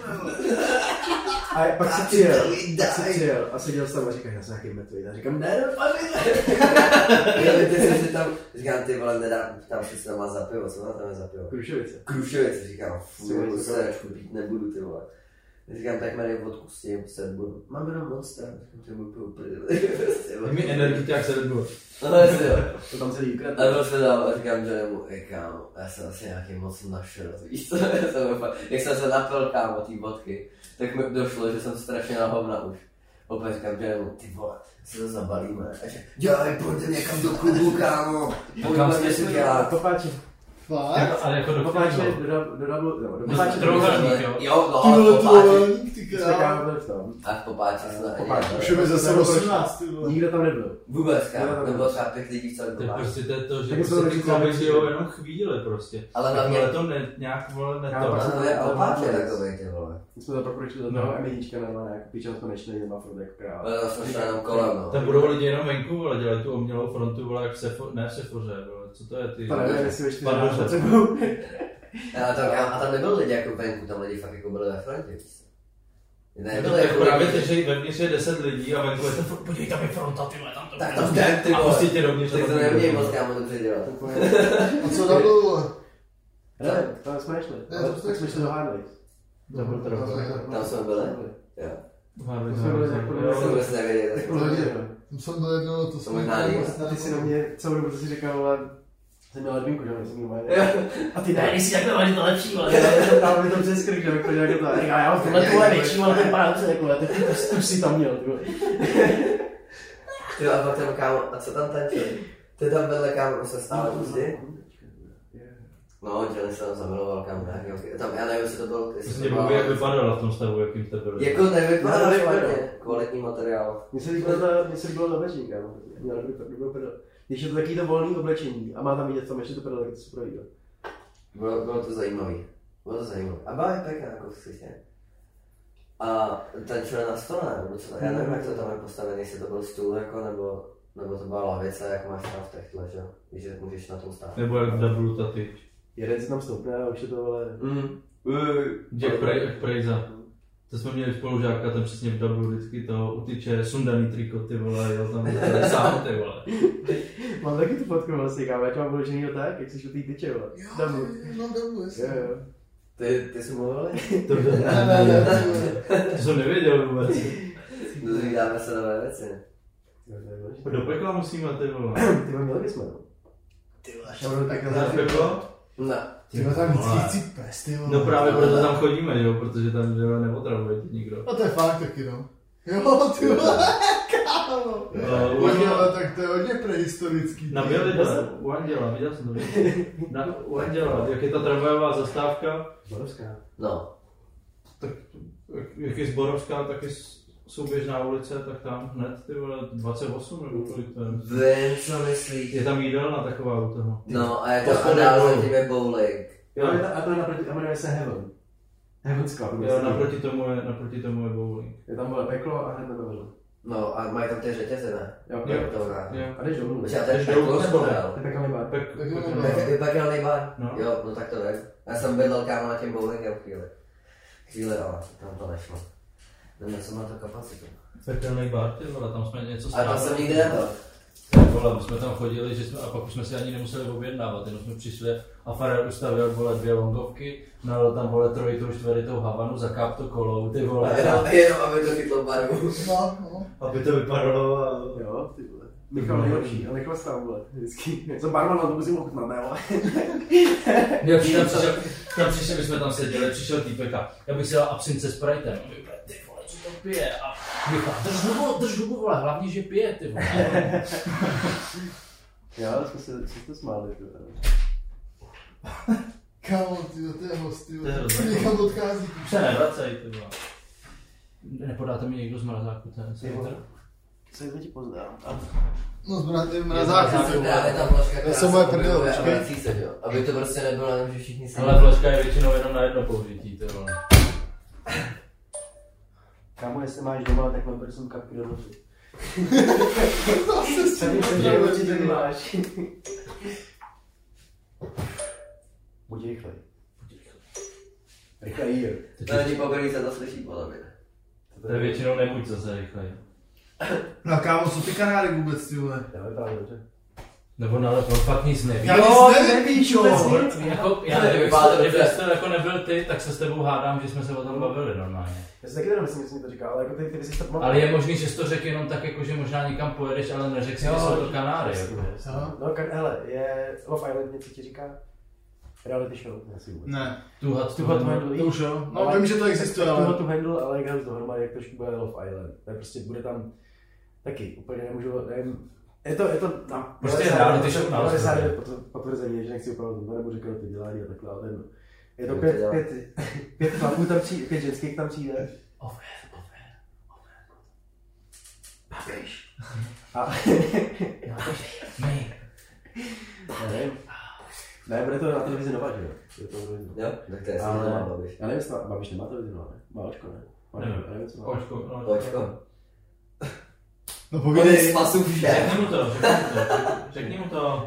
A pak si přijel a seděl jsem tam a říkám, já jsem nějaký mrtvý a říkám, ne. Říkám, ty vole, nedám, tam si tam má za pivo, co tam je za pivo? Krušovice, říkám, fuj, sračku pít nebudu, ty vole. Říkám, tak mě vodku s tím sedbu. Mám jenom Monster, říkám, že budu půl mi energii, jak se nebudu. No jestli jo. To tam celý ukradl. A to se dal a říkám, že nemu, kámo, já jsem asi nějaký moc našel, víš co? Jak jsem se napil, kámo, tý vodky, tak mi došlo, že jsem strašně na hovna už. Opět říkám, že nemu, ty vole, si to zabalíme. A že, dělej, pojďte někam do klubu, kámo. Pojďme si dělat. Popáči. Fakt? Ale jako do popáče, do popáče. Jo, no, a v popáče. ty král. A v popáče jsme. Už je mi zase 18, ty vole. Nikdo tam nebyl. Vůbec, kámo, nebylo třeba 5 lidí v celém popáče. popáče. To je to, že prostě ty kluby žijou jenom chvíli prostě. Ale hlavně to nějak, vole, ne to. Ale je popáče takovej, ty vole. My jsme to pak prošli do toho emedička normálně, jako píčel jsme nešli, nemá furt jako král. Ale to jsme šli jenom kolem, no. Tam budou lidi jenom venku, vole, dělají tu umělou frontu, vole, jak ne v Sefoře, vole, co to je ty? To nevím, jestli ještě a tam nebyl lidi jako venku, tam lidi fakt jako byli ve frontě, víš. Nebylo jako právě teď, že vevnitř je 10 lidí a venku je to furt, podívej, tam je fronta, ty vole, tam to tak tam jdem, ty vole. A prostě tě dovnitř. Tak to nemějí moc, kámo, dobře dělat. A co tam bylo? Ne, tam jsme nešli. Tak jsme šli do Harleys. Tam jsme byli? Jo. Tam jsme byli Já jsem vůbec nevěděl. Tam jsem byl jednou, to jsme... A ty si na mě celou dobu si říkal, ale Jsem měl ledvinku, že nejsem normálně. A ty ne, jsi takhle máš to lepší, ale. Tam mi to přes krk, že protože jako to. Já mám tohle větší, ale ten vypadá dobře, jako, ty už si tam měl, Ty a pak ten kámo, a co tam tančil? Ty tam vedle kámo se stále vždy? No, Johnny se tam zamiloval kámo, tam, já nevím, jestli to bylo... Myslím, že jak vypadalo v tom stavu, jakým jste byli. Jako nevypadalo špatně, kvalitní materiál. Mně se líbilo to oblečení, kámo, měl dobrý prdel. Když je to takový to volný oblečení a má tam vidět tam ještě to prdel, tak to se projí. Bylo to zajímavý. A byla je pěkná, jako slyšně. A tančili na stole, nebo co? Já nevím, jak to tam je postavený, jestli to byl stůl, jako, nebo to byla lavice, jak máš tam v techtle, že? Víš, že můžeš na tom stát. Nebo jak v double tatyč. Jeden si tam stoupne a už je to, ale... Jack Prejza. To jsme měli spolužáka, ten přesně v double vždycky to utyče sundaný triko, ty vole, jo, tam sám, ty vole. Mám taky tu fotku vlastně, kámo, já tě mám vloženýho tak, jak jsi u tý tyče, vole. Jo, mám double, jestli. Jo. Ty jsi mluvili? Ne. To jsem nevěděl vůbec. Dozvídáme se nové věci. Do pekla musíme, ty vole. Ty měli bychom, no. Ty vole, Šabrou tak Znáš peklo? Ne. Ty tam vždycky chci pes, ty vole. No právě proto tam chodíme, jo, protože tam neotravuje nikdo. No to je fakt taky, no. Jo, ty vole, kámo. Tak to je hodně prehistorický. Na Bělidle, u Anděla, viděl jsem to. U Anděla, jak je ta tramvajová zastávka. Zborovská. No. Tak jak je Zborovská, tak je souběžná ulice, tak tam hned, ty vole, 28 nebo kolik to je. Vím, co myslíš. Je tam jídelna taková u toho. No a je to a dál za tím je bowling. Jo, a to je naproti, a jmenuje se Heaven. Heaven's Club. Jo, naproti tomu je bowling. Je tam bylo peklo a hned na to. No a mají tam ty řetězy, ne? Jo. A jdeš dolů. Počkej, a to je peklo nebo ne? To je pekelný bar. Je pekelný bar? No. Jo, no tak to vím. Já jsem bydlel kámo na tím bowlingem chvíli, ale tam to nešlo. Neměl jsem na to kapacitu. Pekelný bar, ty vole, tam jsme něco Ale tam jsem nikdy nebyl. Vole, my jsme tam chodili, a pak už jsme si ani nemuseli objednávat, jenom jsme přišli a Farel ustavil, vole, 2 longovky, nalil tam, vole, 3, 4 Havanu, zakáp to kolou, ty vole. Jenom aby to chytlo barvu. No. Aby to vypadalo a... Jo, ty vole. Michal nejlepší, a nechal stát, vole, vždycky. Co barman na to musím ochutnat, ne, vole. Jo, tam přišel, my jsme tam seděli, přišel týpek a já bych si dal absince s Spritem. Ty vole, co to pije? A Michal, drž hubu, vole, hlavně, že pije, ty vole. Jo, jsme se to smáli, ty vole. Kámo, tyjo, to je host, tyjo. To je hrozné. Někam odchází. Už se nevracej, ty vole. Nepodáte mi někdo z mrazáku ten sejtr? Co ti pozdám? No zbráte mrazáky. Právě ta vložka, která se moje prdel, vrací se, jo. Aby to prostě nebylo, nevím, že všichni si... Ale vložka je většinou jenom na jedno použití, ty vole. Kámo, jestli máš doma, tak mám prosím kapky do nosu. Zase si že určitě nemáš. Buď rychlej. Rychlej, jo. To není poprvé, se to slyší, podle mě. To je většinou nebuď zase rychlej. No kámo, co ty kanály vůbec, ty vole? Já vypadám dobře. Nebo on fakt nic neví. Já nic nevíš, jo. Jako, já nevím, kdybys to jako nebyl ty, tak se s tebou hádám, že jsme se o tom bavili normálně. Já si taky nemyslím, že jsi mi to říkal, ale jako ty bys si to pamatoval. Ale je možný, že jsi to řekl jenom tak, jako, že možná někam pojedeš, ale neřekl si, že jsou to Kanáry. No, hele, je Love Island něco ti říká? Reality show, asi vůbec. Ne. Too Hot To Handle. To už jo. No vím, že to existuje, ale... Too Hot to Handle, ale jak hraju dohromady, jak trošku bude Love Island. To je prostě, bude tam taky, úplně nemůžu, nevím. Je to tam. Prostě je reality show na potvrzení, že nechci opravdu to nebudu říkat ty dělání a takhle, ale ten... Je to 5 chlapů tam přijde, 5 ženských tam přijde. Babiš. A... My. Nevím. Ne, bude to na televizi Nova, že jo? Jo, tak to je asi nemá Babiš. Já nevím, jestli Babiš nemá televizi Nova, ne? Má očko, ne? Nevím, očko. Očko. No povídej. Spasu vše. Řekni mu to.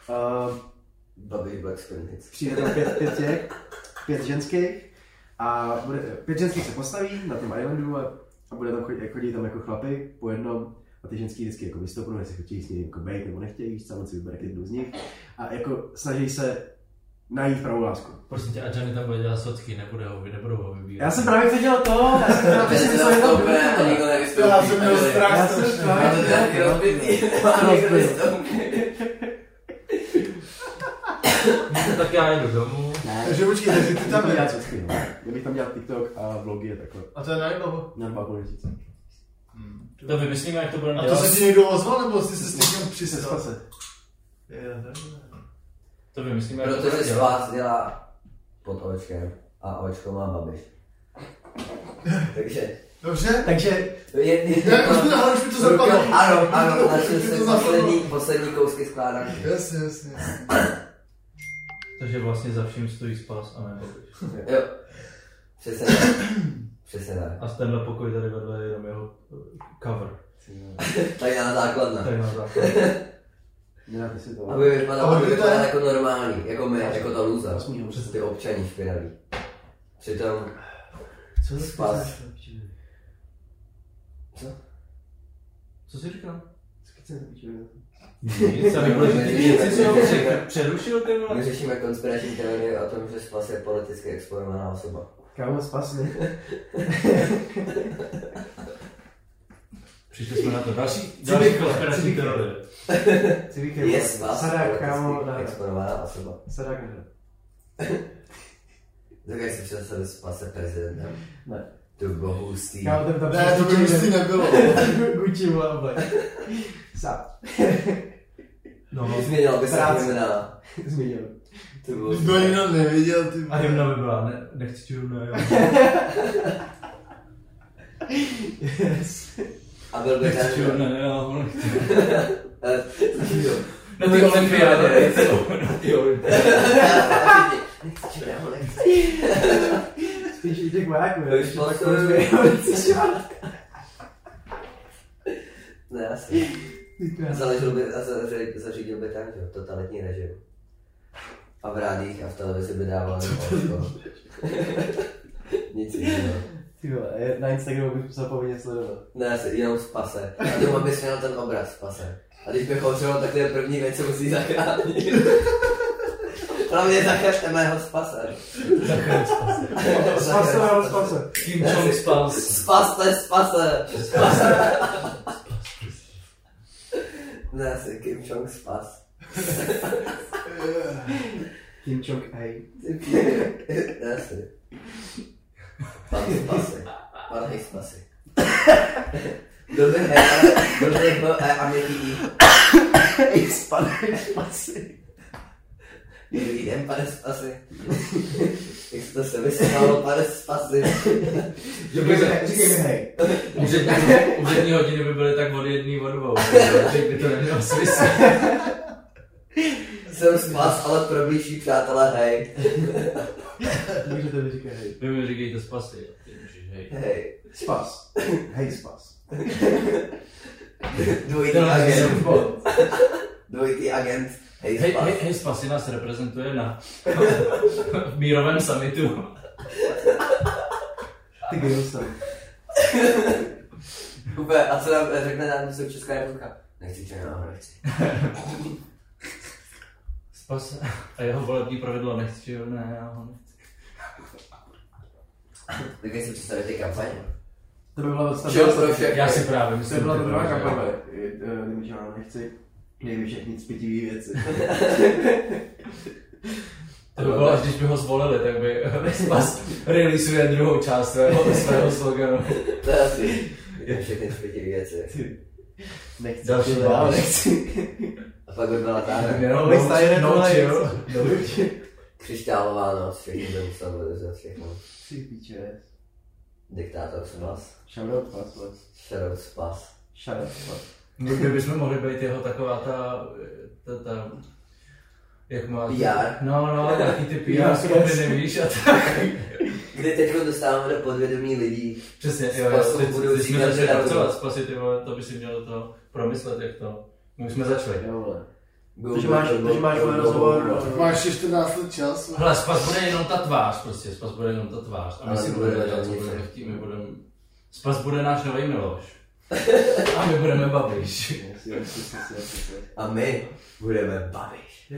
Babiš Black Spirits. Přijde tam 5 ženských a 5 ženských se postaví na tom islandu a bude tam chodí tam jako chlapy po jednom a ty ženský vždycky jako vystoupnou, jestli chtějí s ním jako bejt nebo nechtějí, sám si vybere jednu z nich a jako snaží se najít pravou lásku. Prosím tě, a Johnny tam bude dělat socky, nebudou ho vybírat. Já jsem právě chtěl dělat to, já jsem právě chtěl dělat to, Já jsem měl strach, tak já jdu domů. Ne. Takže počkej, takže ty tam dělat všechny, no. Já bych tam dělal TikTok a vlogy a takhle. A to je na jednou? Na 2,5 měsíce. To vymyslíme, jak to budeme A dělat. to se ti někdo ozval, nebo jsi se s někým přistal? Spase. To vymyslíme, jak to Protože budeme dělat. Spás dělá pod očkem a očko má Babiš. Takže... Dobře? Takže... Ale už mi to zapadlo. Ano, našli se poslední kousky skládanky. Jasně. Takže vlastně za vším stojí Spás a ne Babiš. Jo. Přesně tak. A tenhle pokoj tady vedle je jenom jeho cover. Tak já na základna. Nedáte si to. Aby vypadal jako normální, jako my, jako ta lůza. Přes ty občaní špinaví. Přitom... Co Spás. Co jsi říkal? My Přerušil ten My řešíme konspirační teorie o tom, že Spás je politicky exponovaná osoba. Kámo, Spás ne. Přišli jsme na to. Další konspirační teorie. Je Spás Sadák, kámo, politicky exponovaná osoba. Sadák ne. Tak jak si představil Spás prezidentem? Ne. To bylo hustý. Kámo, tam Ne, to by hustý nebylo. Gucci vole. Sáp. No, změnil by se jména. Změnil. To bylo Když by nikdo neviděl, ty... A hymna by byla, nechci ti hymna, jo. Yes. A byl by nechci ti ten... hymna, jo, nechci. Na ty olympiády. Na ty olympiády. Nechci, já nechci. Spíš i těch vojáků, jo. Už moc to ne, asi. Zařídil by tank, jo, totalitní režim. A v rádích a v televizi by dával nebo nic jiného. Ty vole, na Instagramu bych musel povinně sledovat. Ne, jenom Spase. A doma bys měl ten obraz Spase. A když bych ho třeba, tak to je první věc, co musí zachránit. Hlavně zachraňte mého Spase. Zachránit Spase. Spase mého Spase. Kim Jong Spas. Spase. Ne, asi Kim Jong Spas. Kim Jong A. Ne, asi. Pan Spasy. Dobře, a měkký I. Pane Spasy. Dobrý den, pane Spasy. Jak jste se vysvětlalo, pane Spasy. Říkej mi hej. Úřední hodiny by byly tak od 1 od 2, takže by to nemělo smysl. Jsem Spas, ale pro blížší přátelé, hej. Můžete mi říkat hej. Vy mi říkejte Spasy, ty můžeš hej. Hej. Spas. Hej Spas. Dvojitý agent. Hej Spas. Hej Spasy nás reprezentuje na mírovém summitu. Ty gejostan. Úplně, a co nám řekne nám Česká republika? Nechci Černá, nechci. Spas a jeho volební pravidlo nechci, jo? Ne, já ho nechci. Tak jak si představit ty kampaně? To by byla já si právě myslím, to byla dobrá kampaně. Kdyby já nechci, nejmi všechny cpitivý věci. To by bylo, až když by ho zvolili, tak by Spas releaseuje druhou část svého sloganu. To je asi všechny cpitivý věci. Nechci. Další dál, nechci. A pak by byla ta křišťálová noc, všechny by musel vylizat všechno. Ty píče. Diktátor Spas. Shoutout Spas. Shoutout Spas. Shoutout Spas. Někdy bychom mohli být jeho taková ta jak má... PR. No, taky ty PR skupiny, víš, a tak. Kdy teď dostáváme do podvědomí lidí. Přesně, jo, teď jsme začali pracovat Spasy, ty vole, to by si mělo to promyslet, jak to. My už jsme začali. Jo, vole. Takže máš rozhovor. Máš ještě 14 let čas. Hele, Spas bude jenom ta tvář, prostě, Spas bude jenom ta tvář. A my si budeme dělat, co budeme chtít, my budeme... Spas bude náš nový Miloš. A my budeme Babiš. A my budeme Babiš.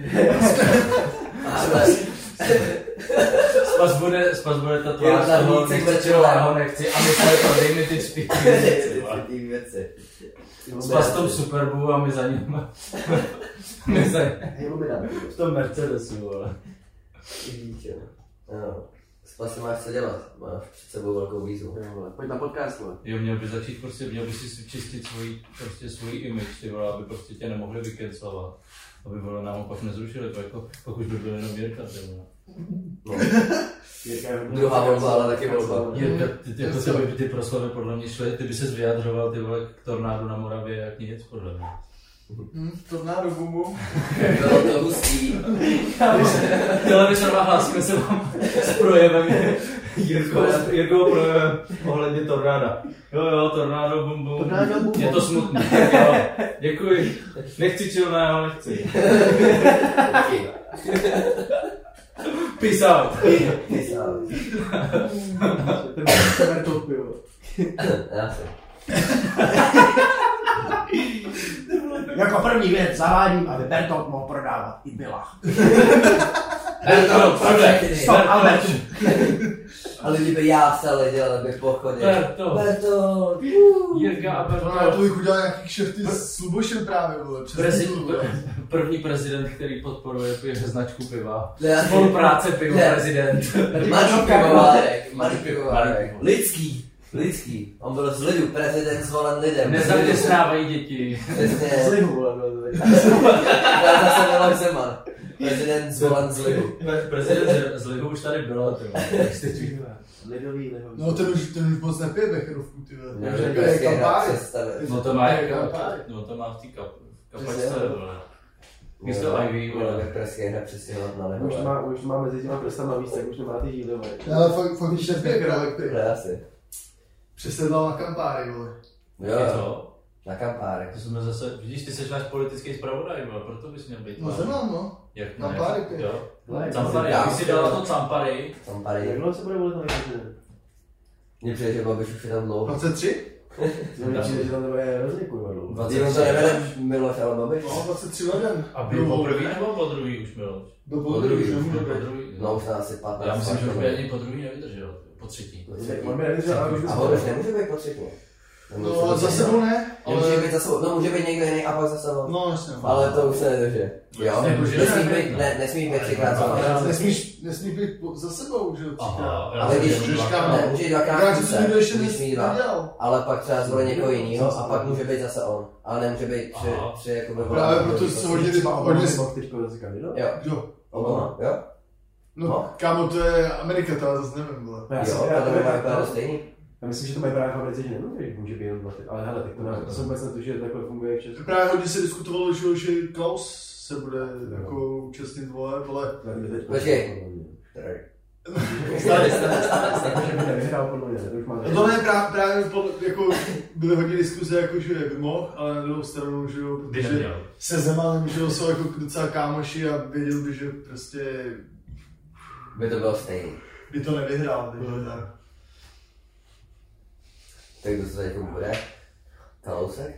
Spas bude ta tvář toho, nechci čelého, nechci. A my jsme to, dej mi ty čpitý věci. Spas v tom Superbu a my za ním. My za ním. V tom Mercedesu, vole. Spasy máš co dělat, máš před sebou velkou výzvu. Pojď na podcast, vole. Jo, měl by začít prostě, měl by si čistit svůj image, ty vole, aby prostě tě nemohli vykencelovat. Aby vole nám pak nezrušili, pak už by byl jenom Jirka, ty vole. Druhá volba, ale taky volba. Jirka, ty proslovy podle mě šly, ty by ses vyjadřoval, ty vole, k tornádu na Moravě jak nic, podle mě. Tornádo bumu. Bylo to hustý. Televizorová hlásíme se vám s projevem Jirkou projevem ohledně tornáda. Jo, tornádo bum bum. Je to smutný. Jo, děkuji. Nechci čilného, nechci. Peace out. Peace out. Ten to pivo. Já se. Jako první věc zavádím, aby Bertolt mohl prodávat i Billa. Bertolt, Stop, Albert. A lidi by jásali, dělali by pochody. Bertolt. Jirka a No, to bych udělal nějaký kšefty s Lubošem právě, vole. První prezident, který podporuje značku piva. Spolupráce pivo prezident. Malý pivovárek. Lidský. On byl z lidu, prezident zvolen lidem. Nezaměstnávají děti. Přesně. Z lidu, vole. Zase Miloš Zeman. Prezident zvolen z lidu. Prezident z lidu už tady bylo, ty Lidový. No ten už moc nepije Becherovku, ty vole. No to má v té kapačce, vole. Místo Ivy, vole. Pražské hra přestěhovat na Leho. Už má mezi těma prstama víc, tak už nemá ty žíly, vole. Ale fakt už nepije Becherovek, ty. Asi. Přesedlal na Campari, vole. Jo. Na Campari. To jsme zase, vidíš, ty seš náš politický zpravodaj, vole, proto bys měl být. No Zeman, no. Jak Campari, ty. Jo. Campari, jak jsi dal na to Campari. Jak dlouho se bude volit na Leho? Mně přijde, že Babiš už je tam dlouho. 23? Přijde, že tam nebude hrozně kurva dlouho. 23 to nevede Miloš, ale Babiš. No, 23 leden. A byl po první nebo po druhý už Miloš? Byl po druhý, No už asi 15. Já myslím, že už by ani po druhý nevydržel, po třetí. On by nevydržel, ale už by a Babiš nemůže být po třetí. No, za sebou ne, ale... Může být někdo jiný a pak za sebou. No, jasně. Ale to už se nedrže. Jo, nesmí být třikrát za sebou. Nesmí být za sebou, že jo, třikrát. Ale když může jít dvakrát kuse, ale pak třeba zvolit někoho jinýho a pak může být zase on. Ale nemůže být tři jako by volat. Právě proto se hodně... Jo. Obama, jo? No, kámo, to je Amerika, to já zase nevím, vole. Jo, to by bylo stejný. Já myslím, že to mají právě v Americe, že nemůže, může být jenom 20, ale hele, tak to jsem vůbec na to, že takhle funguje v Česku. Právě hodně se diskutovalo, že Klaus se bude jako účastnit voleb, ale... Počkej. Stane, že by nevyhrál podle mě, to už má... To ne, právě jako byly hodně diskuze, jako že by mohl, ale na druhou stranu, že jo, protože se Zemanem, že jo, jsou jako docela kámoši a věděl by, že prostě... By to bylo stejný. By to nevyhrál, takže tak. Tak kdo to teď bude? Kalousek?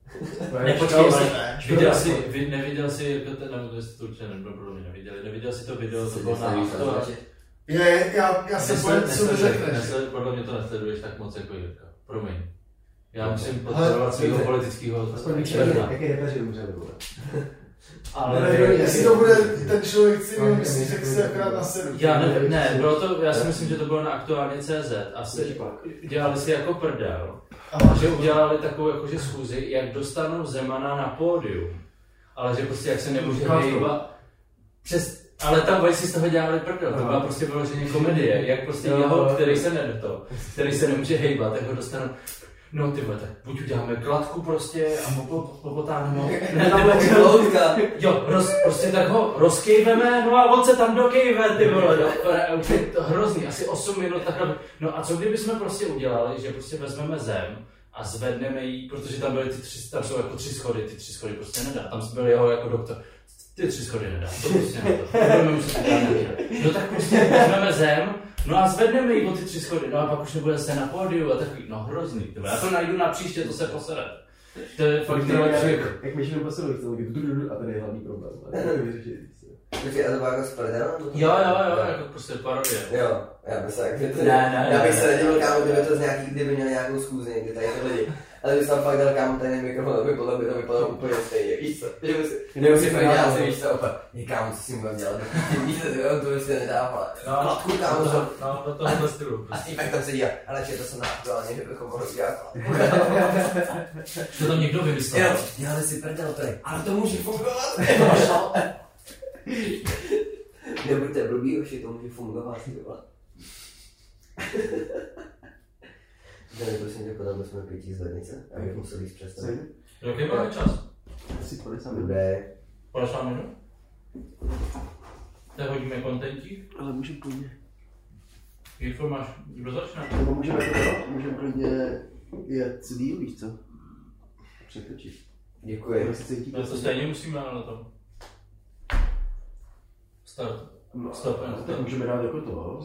Neviděl jsi, nebo to jste to určitě neviděl jsi to video, to bylo na to. Já jsem pojem, co mi řekneš. Podle mě to nesleduješ tak moc jako Jirka, promiň. Já musím podporovat svého politického černa. Jaký repeři může být? Ale jestli to bude ten člověk, si myslí, že se akorát na sedu. Já si myslím, že to bylo na Aktuálně.cz a dělali si jako prdel, že udělali takovou jakože schůzi, jak dostanou Zemana na pódium, ale že prostě jak se nemůže hejbat, ale tam si z toho dělali prdel, to byla prostě vyloženě komedie, jak prostě jeho, který se nemůže hejbat, tak ho dostanou. No ty vole, tak buď uděláme kladku prostě a popotáhneme ho. Jo, prostě tak ho rozkejveme, no a on se tam dokejve, ty vole, už je to hrozný, asi 8 minut takhle. No a co kdybychom prostě udělali, že prostě vezmeme zem a zvedneme jí, protože tam byly tam jsou jako 3 schody, ty 3 schody prostě nedá, tam byl jeho jako doktor. Ty 3 schody nedá, to prostě nedá, no tak prostě vezmeme zem, no a zvedneme jí o ty 3 schody, no a pak už nebude se na pódiu a takový, no hrozný, já to najdu na příště, to se posede. To je fakt nejlepší. Jak myšlím posedl, a tady je hlavní problém, ale to vyřešit. Takže a to bylo jako s prdelem? Jo, jako prostě parodie. Jo, já bych se nedivil, kámo, kdyby měl nějakou schůzi někdy tady ty lidi. Ale když jsem fakt dal kámo ten mikrofon, aby podle mě to vypadalo úplně stejně, víš co? Nebo si fakt dělal si, víš co, opak, kámo, co si můžu dělat, víš co, to prostě nedává. Kladku, kámo, do tohohle stylu. A týpek tam sedí, ale to jsem aktuálně, že bychom mohli dělat. To tam někdo vymyslel. Dělali si prdel tady, ale to může fungovat. Nebuďte blbý, už to může fungovat, ty vole. Tady prosím tě, podal jsme 5 z lednice, abych musel jít přes ten. Jaký máme čas? Asi 50 minut. Dobré. 50 minut? Tak hodíme kontentík. Ale můžeme klidně. Jirko, máš, kdo začne? Nebo můžeme klidně jet celý, víš co? Přetočit. Děkuji. To stejně musíme na tom. Start. Stop. Tak můžeme dát jako to.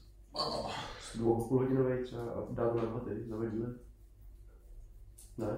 2,5 hodinový třeba a dát na 2 ty, zavedíme. Ne?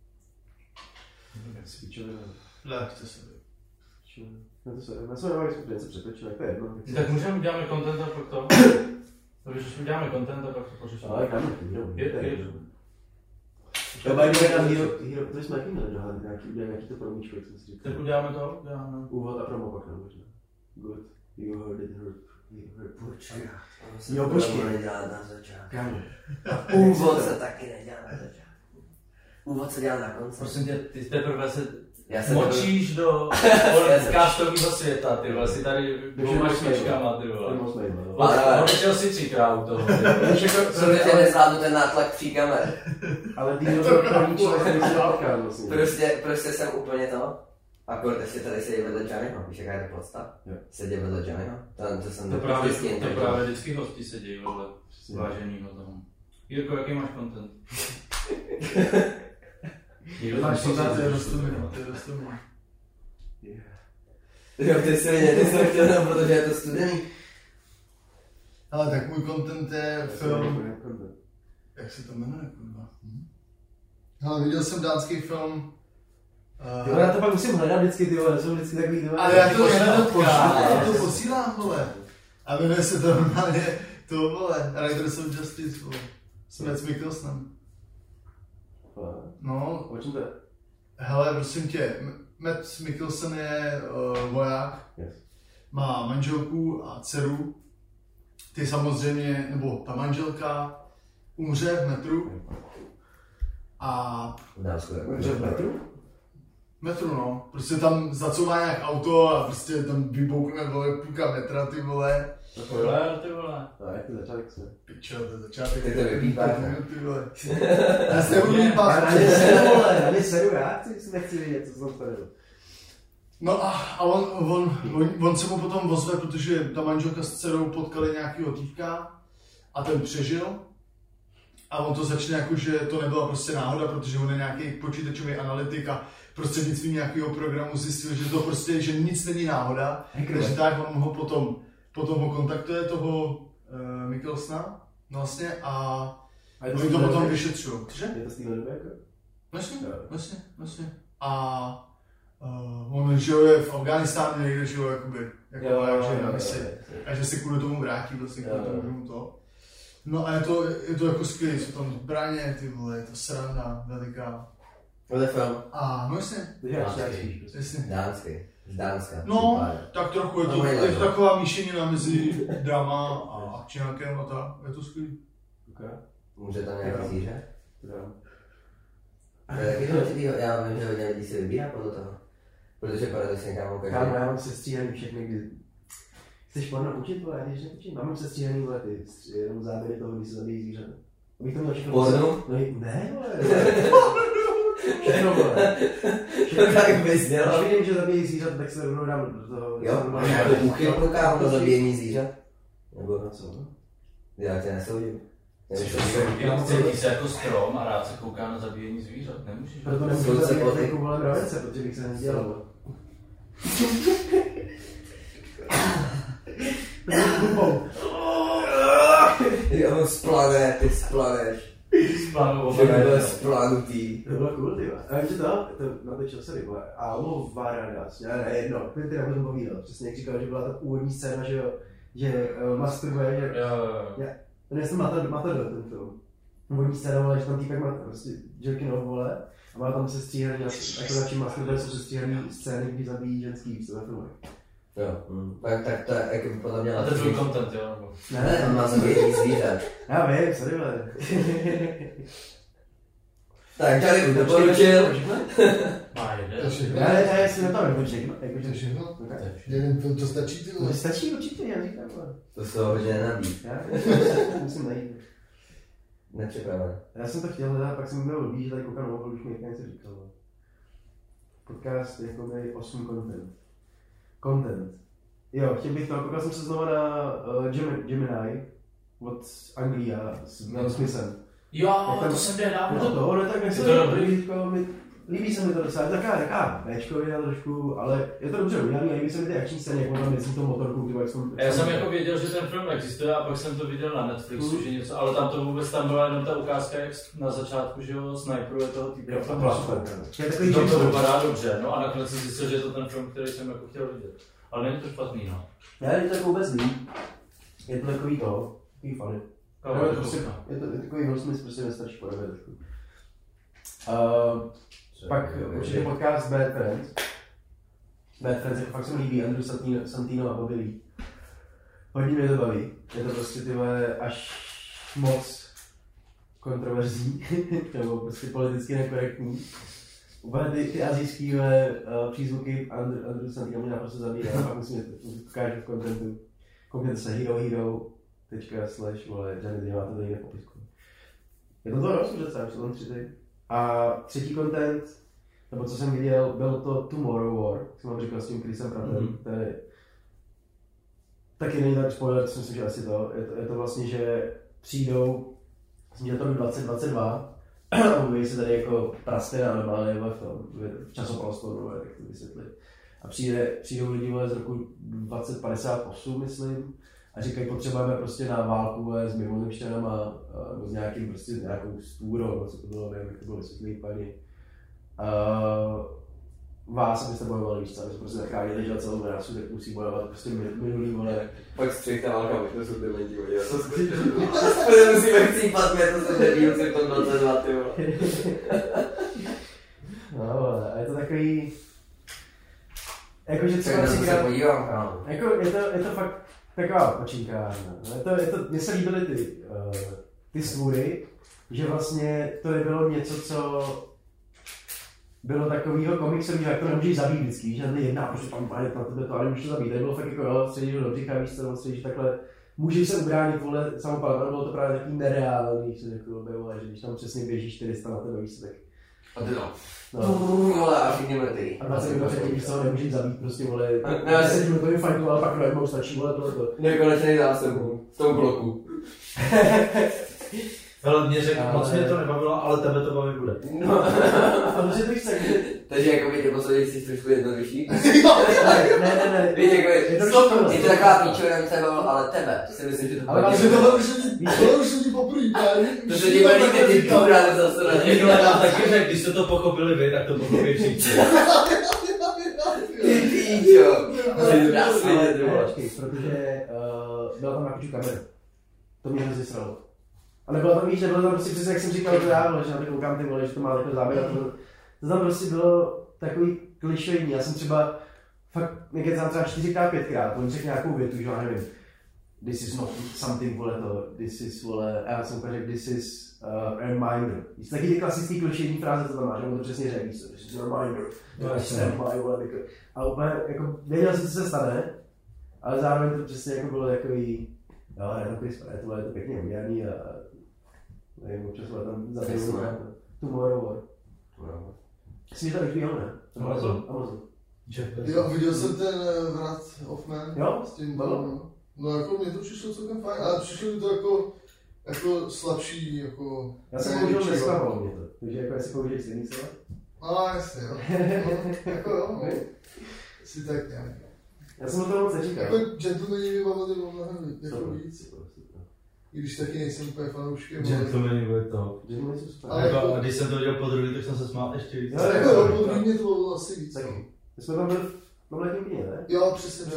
Jak si píčově Ne, chce se já jsem dávali něco přetočil, to je jedno. Tak můžeme děláme content a pak to. Když uděláme content a pak to pořešíme. Ale dáme to, je. To bude na Hero, to jsme taky měli dohledat, nějaký to promíčko, jak jsem si říkal. Tak uděláme to, uděláme. Úvod a promo pak nám možná. Good, you heard it. Počkej. Jo, počkej. To nedělá na začátku. Kámo. Úvod se taky nedělá na začátku. Úvod se dělá na konci. Prosím tě, ty teprve se Já močíš do podcastového světa, ty vole, si tady dvouma špičkama, ty vole. Odešel si 3krát u toho. Protože nezvládnu ten nátlak 3 kamer. Ale ty to první člověk se myslí odkaz vlastně. Prostě jsem úplně to. Akord ještě tady sedí vedle Johnnyho, víš jaká je to podsta? Sedí vedle Johnnyho. To právě vždycky hosti sedí vedle váženýho toho. Jirko, jaký máš content? Máš pořád, to je dostupný. Jo, ty jsi chtěl, protože je to studený. Ale tak můj content je film... Jak se to jmenuje, kurva? Ale viděl jsem dánský film... Já to pak musím hledat vždycky, ty vole, jsou vždycky takový ty vole. Ale já to posílám, vole. A jmenuje se to normálně, to vole, Riders of Justice, vole. S Mads Mikkelsenem. No, o čem to je? Hele, prosím tě, Mads Mikkelsen je voják, má manželku a dceru. Ty samozřejmě, nebo ta manželka umře v metru. A... Umře v metru? Metru, no. Prostě tam zacouvá nějak auto a prostě tam vyboukne, vole, půlka metra, ty vole. Spoiler, ty vole. No, jak to začátek se? Pičo, to je začátek. Ty to vypípáš, ty vole. Já se nebudu vypát. Já neseru, já nechci vidět, co jsem tady. No a on se mu potom ozve, protože ta manželka s dcerou potkali nějakýho týpka a ten přežil. A on to začne jako, že to nebyla prostě náhoda, protože on je nějaký počítačový analytik a prostřednictvím nějakého programu zjistil, že to prostě, že nic není náhoda. Takže tak on ho potom ho kontaktuje toho Mikkelsena vlastně a oni to potom vyšetřují. Je to Steven Becker? Vlastně. A on žije v Afghánistánu někde, že jo, jakoby, na misi. A že se kvůli tomu vrátí, vlastně kvůli tomu to. No a je to jako skvělý, jsou tam zbraně, ty vole, je to sranda veliká. To je film. A no jasně. Dánský. Z Dánska. No, tak trochu je to taková míšenina mezi drama a akčňákem a tak, je to skvělý. Může tam nějaký zvíře? Já vím, že hodně lidí si vybírá podle toho. Protože paradoxně kámo každý. Kámo, já mám sestříhaný všechny, kdy... Chceš porno učit, vole, já když neučím. Mám sestříhaný, vole, ty jenom záběry toho, když se zabíjí zvířata. Abych to měl všechno... Porno? Ne, vole. Všechno, vole. Tak bys měl. Když vidím, že zabíjí zvířata, tak se rovnou dám do toho... Jo, nějakou úchylku, kámo, do zabíjení zvířat? Nebo na co? Já tě nesoudím. Cítí se jako strom a rád se kouká na zabíjení zvířat, nemůžeš? Proto nemůžu zabíjet jako vole mravence, protože bych se nedělal. Jo, splane, ty splaneš. Splanutý. To bylo cool, tyhle. A vím, že to natočil se vole. A ono Varadas, ne, jedno, ty já jsem povídal. Přesně jak říkal, že byla ta původní scéna, že masturbuje, že... To nejsem Matador, ten film. vodní scéna, ale že tam týpek má prostě Jerkinov, vole, a má tam sestříhaný, jako na čím vlastně to jsou sestříhaný scény, kdy zabíjí ženský víc ve filmech. Jo, tak to je jako podle mě... A to je tvůj content, jo? Ne, on má zabíjet zvířat. Já vím, sorry, vole. Tak, Charlie doporučil. Má jde. Já si na to nevím všechno. To je všechno? Jeden to stačí, ty vole? To stačí určitě, já říkám, vole. To se toho hodně nenabít. Já musím najít. Nepřipravené. Já jsem to chtěl hledat, pak jsem měl odbít, že tady koukám na už mi něco říkal. Podcast jako by 8 content. Jo, chtěl bych to, koukal jsem se znovu na Gemini od Anglia s Will Smithem. Jo, to jsem nedávno. To je tak nesleduji, líbí se mi to docela, je taková Bčkovina trošku, ale je to dobře udělaný a líbí se mi ty akční scény, jak on tam jezdí tou motorkou, jak jsem... Já jsem jako věděl, že ten film existuje a pak jsem to viděl na Netflixu, že něco, ale tam to vůbec tam byla jenom ta ukázka, jak na začátku, že jo, sniperuje toho týpka. Jo, to byla super. To vypadá dobře, no a nakonec jsem zjistil, že je to ten film, který jsem jako chtěl vidět. Ale není to špatný, no. Já je to jako vůbec líp. Je to takový funny. Je to takový Will Smith, prostě nestarší podobě trošku. Pak určitě podcast Bad Friends. Bad Friends, jako fakt se mi líbí, Andrew Santino a Bobby Lee. Hodně mě to baví. Je to prostě tyhle až moc kontroverzní, nebo prostě politicky nekorektní. Úplně ty azijský přízvuky Andrew Santino mě naprosto zabírá, a pak musím ukážet v kontentu. Koukněte se herohero.com/Janet, máte tady na popisku. Je to dost, že už jsou tam 3 ty. A třetí content, nebo co jsem viděl, byl to Tomorrow War, jak jsem vám říkal s tím Chrisem Prattem, to je taky není tak spoiler, co myslím, že asi to. Je to vlastně, že přijdou, myslím, že to 2022, a mluví se tady jako prastěná normálně v časoprostoru, jak to vysvětlit. A přijdou lidi z roku 2058, myslím, a říkají, potřebujeme prostě na válku s mimozemštěnama, s nějakým prostě nějakou stůrou, co to bylo, nevím, jak to bylo vysvětlý paní. Vás, abyste bojovali, víš co, abyste prostě zachránili, že celou rasu, tak musí bojovat prostě minulý, vole. Pak střih ta válka, to jsou ty lidi, jo, to skutečně musíme chcípat, mě to se neví, co je to 22, ty vole. No, a je to takový... Jakože třeba si se podívám, kámo. Jako je to fakt taková odpočinkárna. Mně se líbily ty stvůry, že vlastně to nebylo něco, co bylo takovýho komiksového, jak to nemůžeš zabít vždycky, že tady jedná, protože tam má na tebe to, ale můžeš to zabít. To bylo fakt jako, jo, středíš do břicha, víš co, středíš takhle, můžeš se ubránit, vole, samopalem, ale bylo to právě takový nereálný, že jako bylo, že když tam přesně běží 400 na tebe, víš co, tak... A ty no. Vole, a všichni mrtvý. A 20 minut předtím, když se ho nemůžeš zabít, prostě, vole, 10 minutový fajtu, ale pak najednou stačí, vole, tohleto. Nekonečný zásobu, v tom bloku. Hele, mě řekl, moc mě to nebavilo, ale tebe to bavit bude. No, a to si to chce, takže jako by ty poslední si trošku jednodušší. Ne. Víš, jako je to taková píčovina, by se bavilo, ale tebe, si myslím, že to ale bude. Tohle už ti poprvé, To se ti bude líbit, ty kůra, zase na něj. Někdo nám taky řekl, když jste to pochopili vy, tak to pochopí všichni. Ty píčo. Počkej, protože byla tam nějakou kameru. To mě hrozně sralo. A nebylo tam víc, nebylo tam prostě přesně, jak jsem říkal, to já, že na to koukám ty vole, že to má takový záběr. To tam prostě bylo takový klišejní. Já jsem třeba fakt nekecám třeba 4x, 5krát, on řekl nějakou větu, že já nevím. This is not something, vole to, this is, vole, a já jsem řekl, this is a reminder. Víš, taky ty klasický klišejní fráze, to tam máš, on to přesně řekl, this is a reminder. A úplně, jako, věděl jsem, co se stane, ale zároveň to přesně jako bylo takový, jo, je to takový správně, tohle je to pěkně udělaný a nevím, občas tam zabijou Tomorrow War. Jsi to HBO, ne? Amazon. Jo, viděl jsem ten Wrath of Man. Jo? S tím no jako mně to přišlo celkem fajn, ale přišlo mi to jako slabší, jako... Já jsem použil nesklapalo mě to, takže jako jestli použiješ stejný slova? No jasně, jo. No, jako jo, si tak nějak. Já jsem o toho moc nečekal. Jako Gentlemani mi bavili mnohem jako víc. I když taky nejsem úplně fanouškem. Gentlemani bude to. A když jsem to viděl po druhý, tak jsem se smál ještě víc. Jo, po druhý mě to bylo asi víc. My jsme tam byli v letním kyně, ne? Jo, přesně.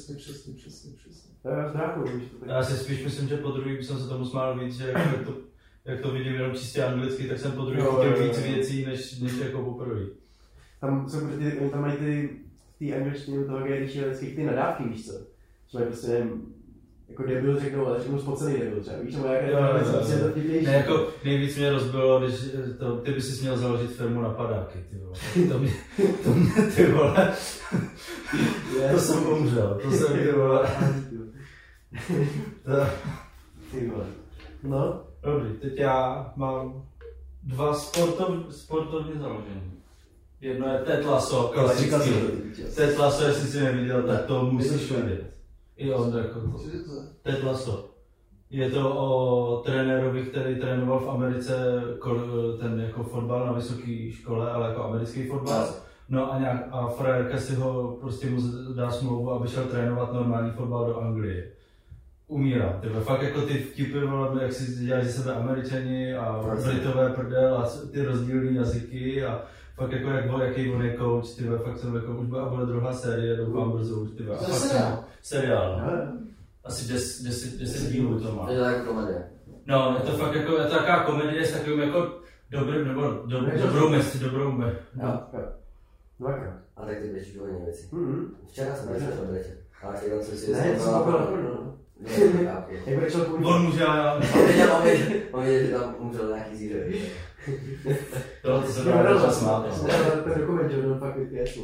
To je s drákou, víš. Já si spíš myslím, že po druhý jsem se tomu smál víc, že jako to jak to vidím jenom čistě anglicky, tak jsem po druhé chtěl víc věcí, než jako poprvé. Tam mají ty angličtiny toho, když je vždycky ty nadávky, víš co? Že prostě nevím, jako debil řeknou, ale řeknou spocený debil třeba, víš, nebo jaké to vtipnější. Ne, jako nejvíc mě rozbilo, když ty by si měl založit firmu na padáky, ty vole. To mě ty vole. To jsem umřel, to jsem ty vole. Ty vole. No? Dobrý, teď já mám 2 sportovně založení. Jedno je Ted Lasso, klasický. Ted Lasso, jestli jsi neviděl, tak to musíš vidět. I on jako to. Ted Lasso. Je to o trenérovi, který trénoval v Americe ten jako fotbal na vysoké škole, ale jako americký fotbal. No a frérka si ho prostě mu dá smlouvu, aby šel trénovat normální fotbal do Anglie. Umírám, tyhle. Fakt jako ty vtipy, jak si dělají ze sebe Američani a Britové prdel a ty rozdílné jazyky a fakt jako jaký on je coach, tyhle. Fakt jsem jako už bude druhá série, doufám brzo už, tyhle. To je seriál? Seriál, no. Asi 10 dílů to má. Je to jako komedie. No, je to fakt jako, je to taková komedie s takovým jako dobrou Dvakrát. A tak ty běžíš hodně věcí. Včera jsem běžel o Bretě. Ale chtěl jsem si... Ne, to jsem koupil naplno. Jak brečel kvůli... On může, já... On věděl, že tam umřel nějaký zvíře. To se dá čas má to. Ten dokument, že on fakt vypěsl.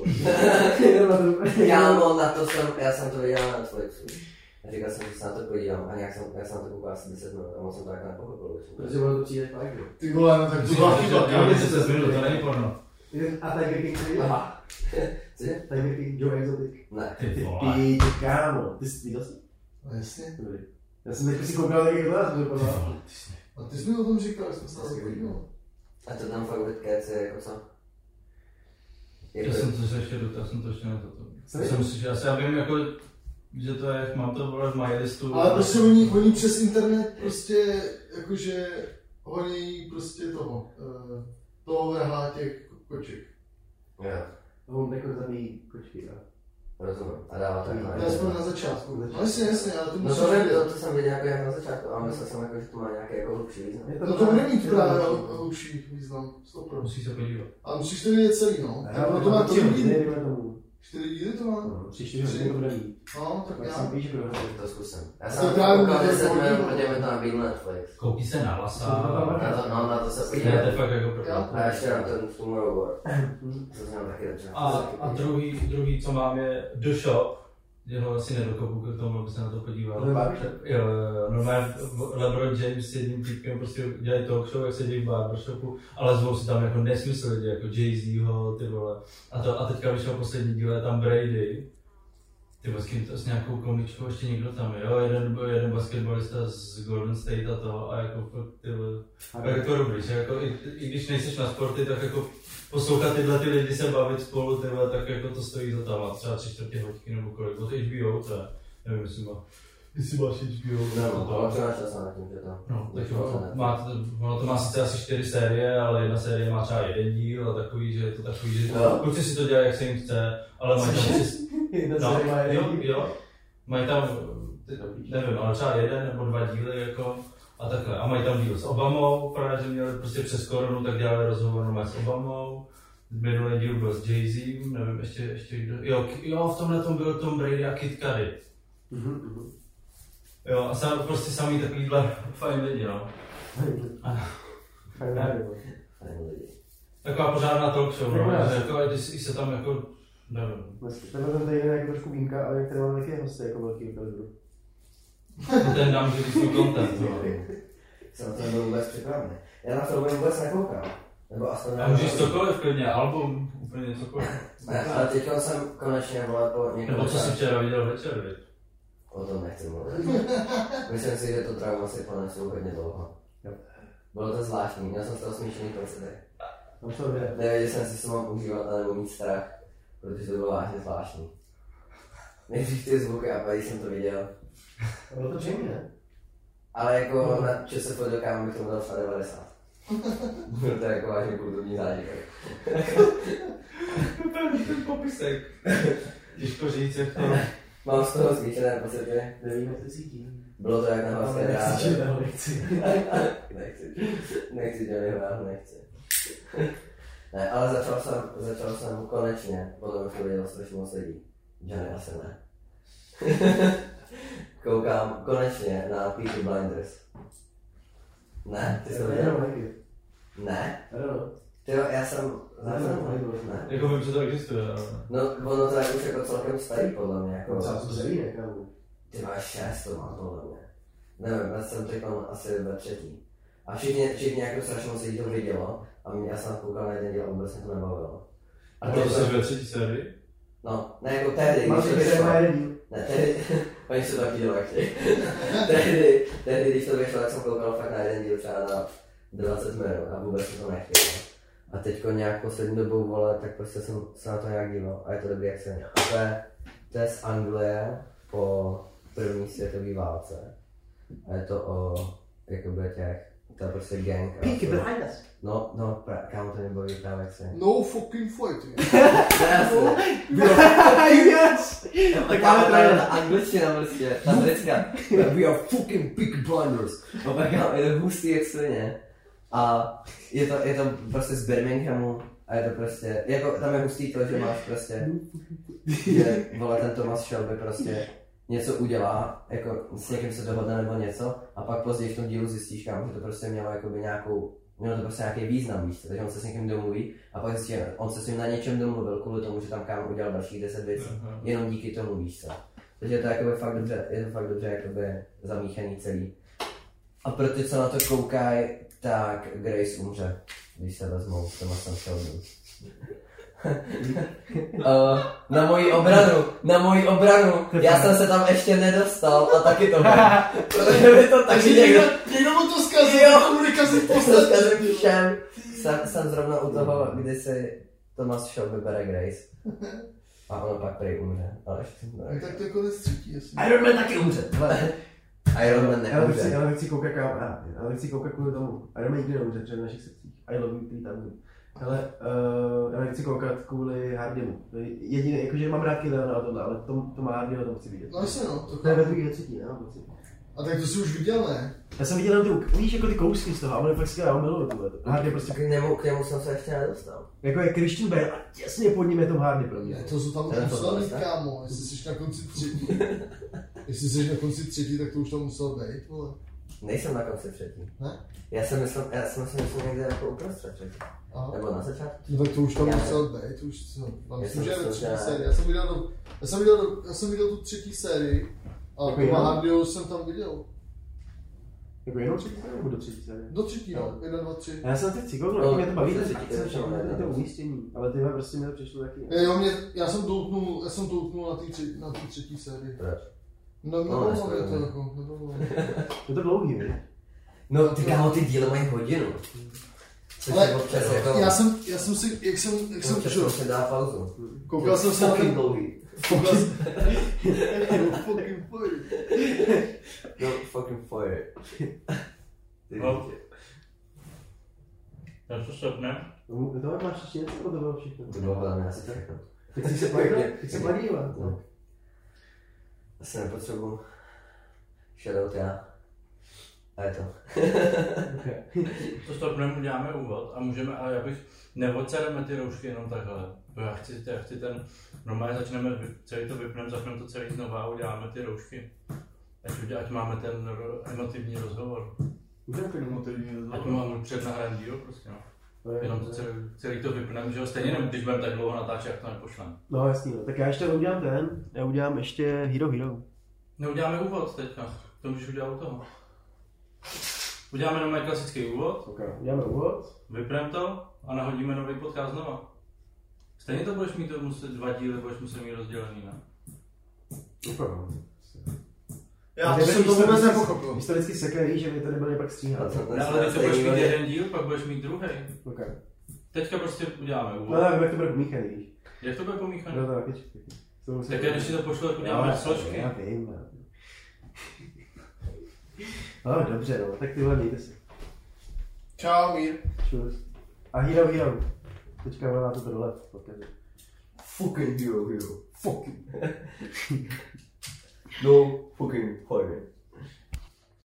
Já jsem to viděl na Netflixu. A říkal jsem, že se na to podívám a nějak jsem na to koukal asi 10 minut a moc jsem to tak nepochopil. Protože ono to přijde fakt. Ty vole, no tak to byla chyba. Já bych se zminul, to není porno. A Tiger King se viděl? Cože? Tiger King, Joe Exotic. Ne. Ty vole. Ty kámo, ty jsi viděl jsi? No jasně. Já jsem teď si koukal taky to, já jsem to poznal. A ty jsi mi o tom říkal, že jsme se asi podíval. A to tam fakt Kec je jako co? Já jsem to ještě netoto. Já vím jako, že to je, mám to vole v MyListu. Ale prostě oni přes internet prostě jakože honí prostě toho vrhá těch koček. Jo. On jako zabíjí kočky, jo. Rozumím. A dává tak na... To je aspoň na začátku. No jasně, ale to musíš vidět. To jsem viděl jako jak na začátku, ale myslel jsem jako, že to má nějaký jako hlubší význam. No to bude mít právě hlubší význam. Musíš se podívat. Ale musíš to vidět celý, no. No to má 4 díly. 4 díly to má? 3-4 hodiny to bude mít. No, tak já... To zkusím. Já To jsem koukal 10 minut, protože mi to nabídl Netflix. Koupí se na Lasa. Na to se podívám. To je fakt jako a ještě na ten Tomorrow. To znám taky dobře. A druhý, co mám, je The Shop. Jeho asi nedokopu k tomu, aby se na to podíval. Jo, normálně LeBron James s jedním týpkem prostě dělají talk show, jak sedí v barbershopu, ale zvou si tam jako nesmysl lidi, jako Jay-Zho, ty vole. A teďka vyšel poslední díl, je tam Brady. Ty vole, s nějakou komičkou, ještě někdo tam je, jo, jeden basketbalista z Golden State a to, a jako ty vole, jako dobrý, že jako i když nejseš na sporty, tak jako poslouchat tyhle ty lidi se bavit spolu, tyhle, tak jako to stojí za tam, a třeba 3/4 hodiny nebo kolik, od HBO, to je, nevím, jestli máš HBO. No, to přenášel jsem na tím, že to. No, tak ono to má sice asi 4 série, ale jedna série má třeba 1 díl a takový, že je to takový, že kluci si to dělají, jak se jim chce, ale mají tam jo, mají tam, nevím, ale třeba 1 nebo 2 díly jako a takhle. A mají tam díl s Obamou, protože měli prostě přes koronu, tak dělali rozhovor s Obamou. Minulý díl byl s Jay-Z, nevím, ještě kdo. Jo, v tomhle tom byl Tom Brady a Kid Cudi. Jo, a prostě samý takovýhle fajn lidi, no. Fajn lidi. Taková pořádná talk show, no. Jako, když se tam jako, nevím. Tenhle ten týden je jako trošku výjimka, ale některé mám taky hosty jako velký ukazů. Ten dám, že svůj content, no. Jsem to nebyl vůbec připravený. Já na filmy vůbec nekoukám. Nebo aspoň a můžeš cokoliv klidně, album, úplně cokoliv. Ale teď jsem konečně volal po několik. Nebo co jsi včera viděl večer, viď? O tom nechci mluvit. Myslím si, že to trauma si ponesu hodně dlouho. Bylo to zvláštní, měl jsem z toho smíšený pocity. Nevěděl jsem si, co mám užívat, nebo mít strach, protože to bylo vážně zvláštní. Nejdřív ty zvuky a pak jsem to viděl. Bylo to příjemné, ne? Ale jako na ČSFD dokáme bych tomu dal třeba 90. Bylo to jako vážně kulturní zážitek. Ten popisek. Těžko říct, jak to... Mám z toho zvíčené pocity. Nevím, jak to cítí. Bylo to jak na Horské dráze. Nechci. Nechci Johnny Hrát, nechci. Ne, ale začal jsem konečně, potom už to vidělo strašně moc lidí. Johnny asi ne. Koukám konečně na Peaky Blinders. Ne, ty jsi to viděl? Ne? Tyjo, já jsem... Ne. Jako vím, že to existuje, ale... No, ono to je už jako celkem starý podle mě, jako... Co to celý, nekámu? Ty máš 6, to má podle mě. Nevím, já jsem teď asi ve 3. A všichni jako strašně moc lidí to vidělo a já jsem koukal na jeden díl a vůbec mě to nebavilo. A to jsi ve 3. sérii? No, ne jako tehdy, když to vyšlo. Ne, tehdy, oni se taky dělají chtějí. tehdy, když to vyšlo, tak jsem koukal fakt na jeden díl třeba na 20 minut a vůbec jsem to nechtěl. A teďko nějak poslední dobou, vole, tak prostě jsem se na to nějak díval a je to dobrý jak se. To je z Anglie po první světové válce. A je to o, jakoby to je prostě gang. Peaky Blinders. No, kámo to nebaví právě jak se. No fucking fighting. Yes! Tak kámo to je ta angličtina prostě, ta britská. We are fucking Peaky Blinders. No tak kámo, je to hustý jak svině. A je to prostě z Birminghamu a je to prostě, jako tam je hustý to, že máš prostě, že vole ten Thomas Shelby prostě něco udělá, jako s někým se dohodne nebo něco a pak později v tom dílu zjistíš, kámo, že to prostě mělo jakoby mělo to prostě nějaký význam, víš, takže on se s někým domluví a pak zjistí, on se s ním na něčem domluvil kvůli tomu, že tam kámo udělal dalších 10 věcí, jenom díky tomu, víš co. Takže je to jakoby fakt dobře jakoby zamíchaný celý. A pro ty, co na to koukají, tak Grace umře, když se vezmou s Thomasem Sheldon. Na moji obranu, já jsem se tam ještě nedostal a taky to protože by to taky někdo mu to zkazil, to bude kazit poslední. Všem. Jsem zrovna u toho, kdy si Thomas Shelby bere Grace. A ono pak prý umře, ale ještě ne. Tak to je konec 3. Iron Man taky umře. Iron Man neumře. Ale nechci koukat kvůli tomu. Iron Man nikdy neumře, protože v našich srdcích. I love you, tam. Ale já nechci koukat kvůli Hardymu. Jediné, jakože mám rád Killera a tohle, ale to má Hardy, to chci vidět. No jasně no. To je ve 2. 3. nemám pocit. A tak to jsi už viděl, ne? Já jsem viděl ty, víš, jako ty kousky z toho, a on je fakt skvělý, já miluji tohle. Hardy prostě... K němu jsem se ještě nedostal. Jako je Christian Bale a těsně pod ním je Tom Hardy pro mě. To jsou tam už musel být, kámo, jestli jsi na konci 3. Jestli jsi na konci 3, tak to už tam musel být, vole. Nejsem na konci 3. Ne? Já jsem myslel někde jako uprostřed 3. Nebo na začátku. No tak to už tam musel být, to už co. Myslím, že je ve 3. sérii. Já jsem viděl tu 3. sérii. A Toma Hardyho jsem tam viděl. Jako jenom 3. série nebo do 3. série? Do 3. no. 1, 2, 3. Já jsem teď cíkol, no, mě to baví, to umístění, ale tyhle prostě mi to přišlo taky. Já jsem doutnul na té 3. sérii. Proč? No, je to jako, Je to dlouhý, ne? No, ty kámo, ty díly mají hodinu. Ale já jsem si, jak jsem čul. Se dá pauzu. Koukal jsem se na ten dlouhý. Fucking fire. No, fucking fire. No. Já to stopne. To máš ještě něco, to bylo všechno. To bylo hlavně asi všechno. Teď se podívat. Asi nepotřebuji shoutout já. A je to. To stopneme, uděláme úvod a můžeme, ale já bych neodcereme ty roušky jenom takhle. Já chci ten, normálně začneme, celý to vypneme, zapneme to celý znova a uděláme ty roušky. Ať máme ten emotivní rozhovor. Můžeme ten emotivní rozhovor. Ať máme před nahrajem díl prostě, no. Jenom to celý to vypneme, že jo, stejně jenom, když budeme tak dlouho natáčet, jak to nepošlem. No jasný, no. Tak já ještě udělám já udělám ještě Hero. Neuděláme úvod teďka, to můžeš udělat u toho. Uděláme jenom klasický úvod. Okay. Uděláme úvod. Vypneme to a nahodíme nový podcast znova. Stejně to budeš mít to muset 2 díly, budeš muset mít rozdělený, ne? Já to jsem to vůbec nepochopil. Když to vždycky sekne, že my to nebyli pak stříhat. Ale když to budeš mít jeden díl, pak budeš mít druhý. Okay. Teďka prostě uděláme úvod. No tak jak to bude pomíchaný, víš? Jak to bude pomíchaný? No tak, tak když si to pošlo, tak uděláme složky. Já vím. No dobře, no, tak tyhle mějte se. Čau, mír. Čus. A Hero. Teďka má to dole v podcastu. Fucking Hero. Fucking. No fucking fajně.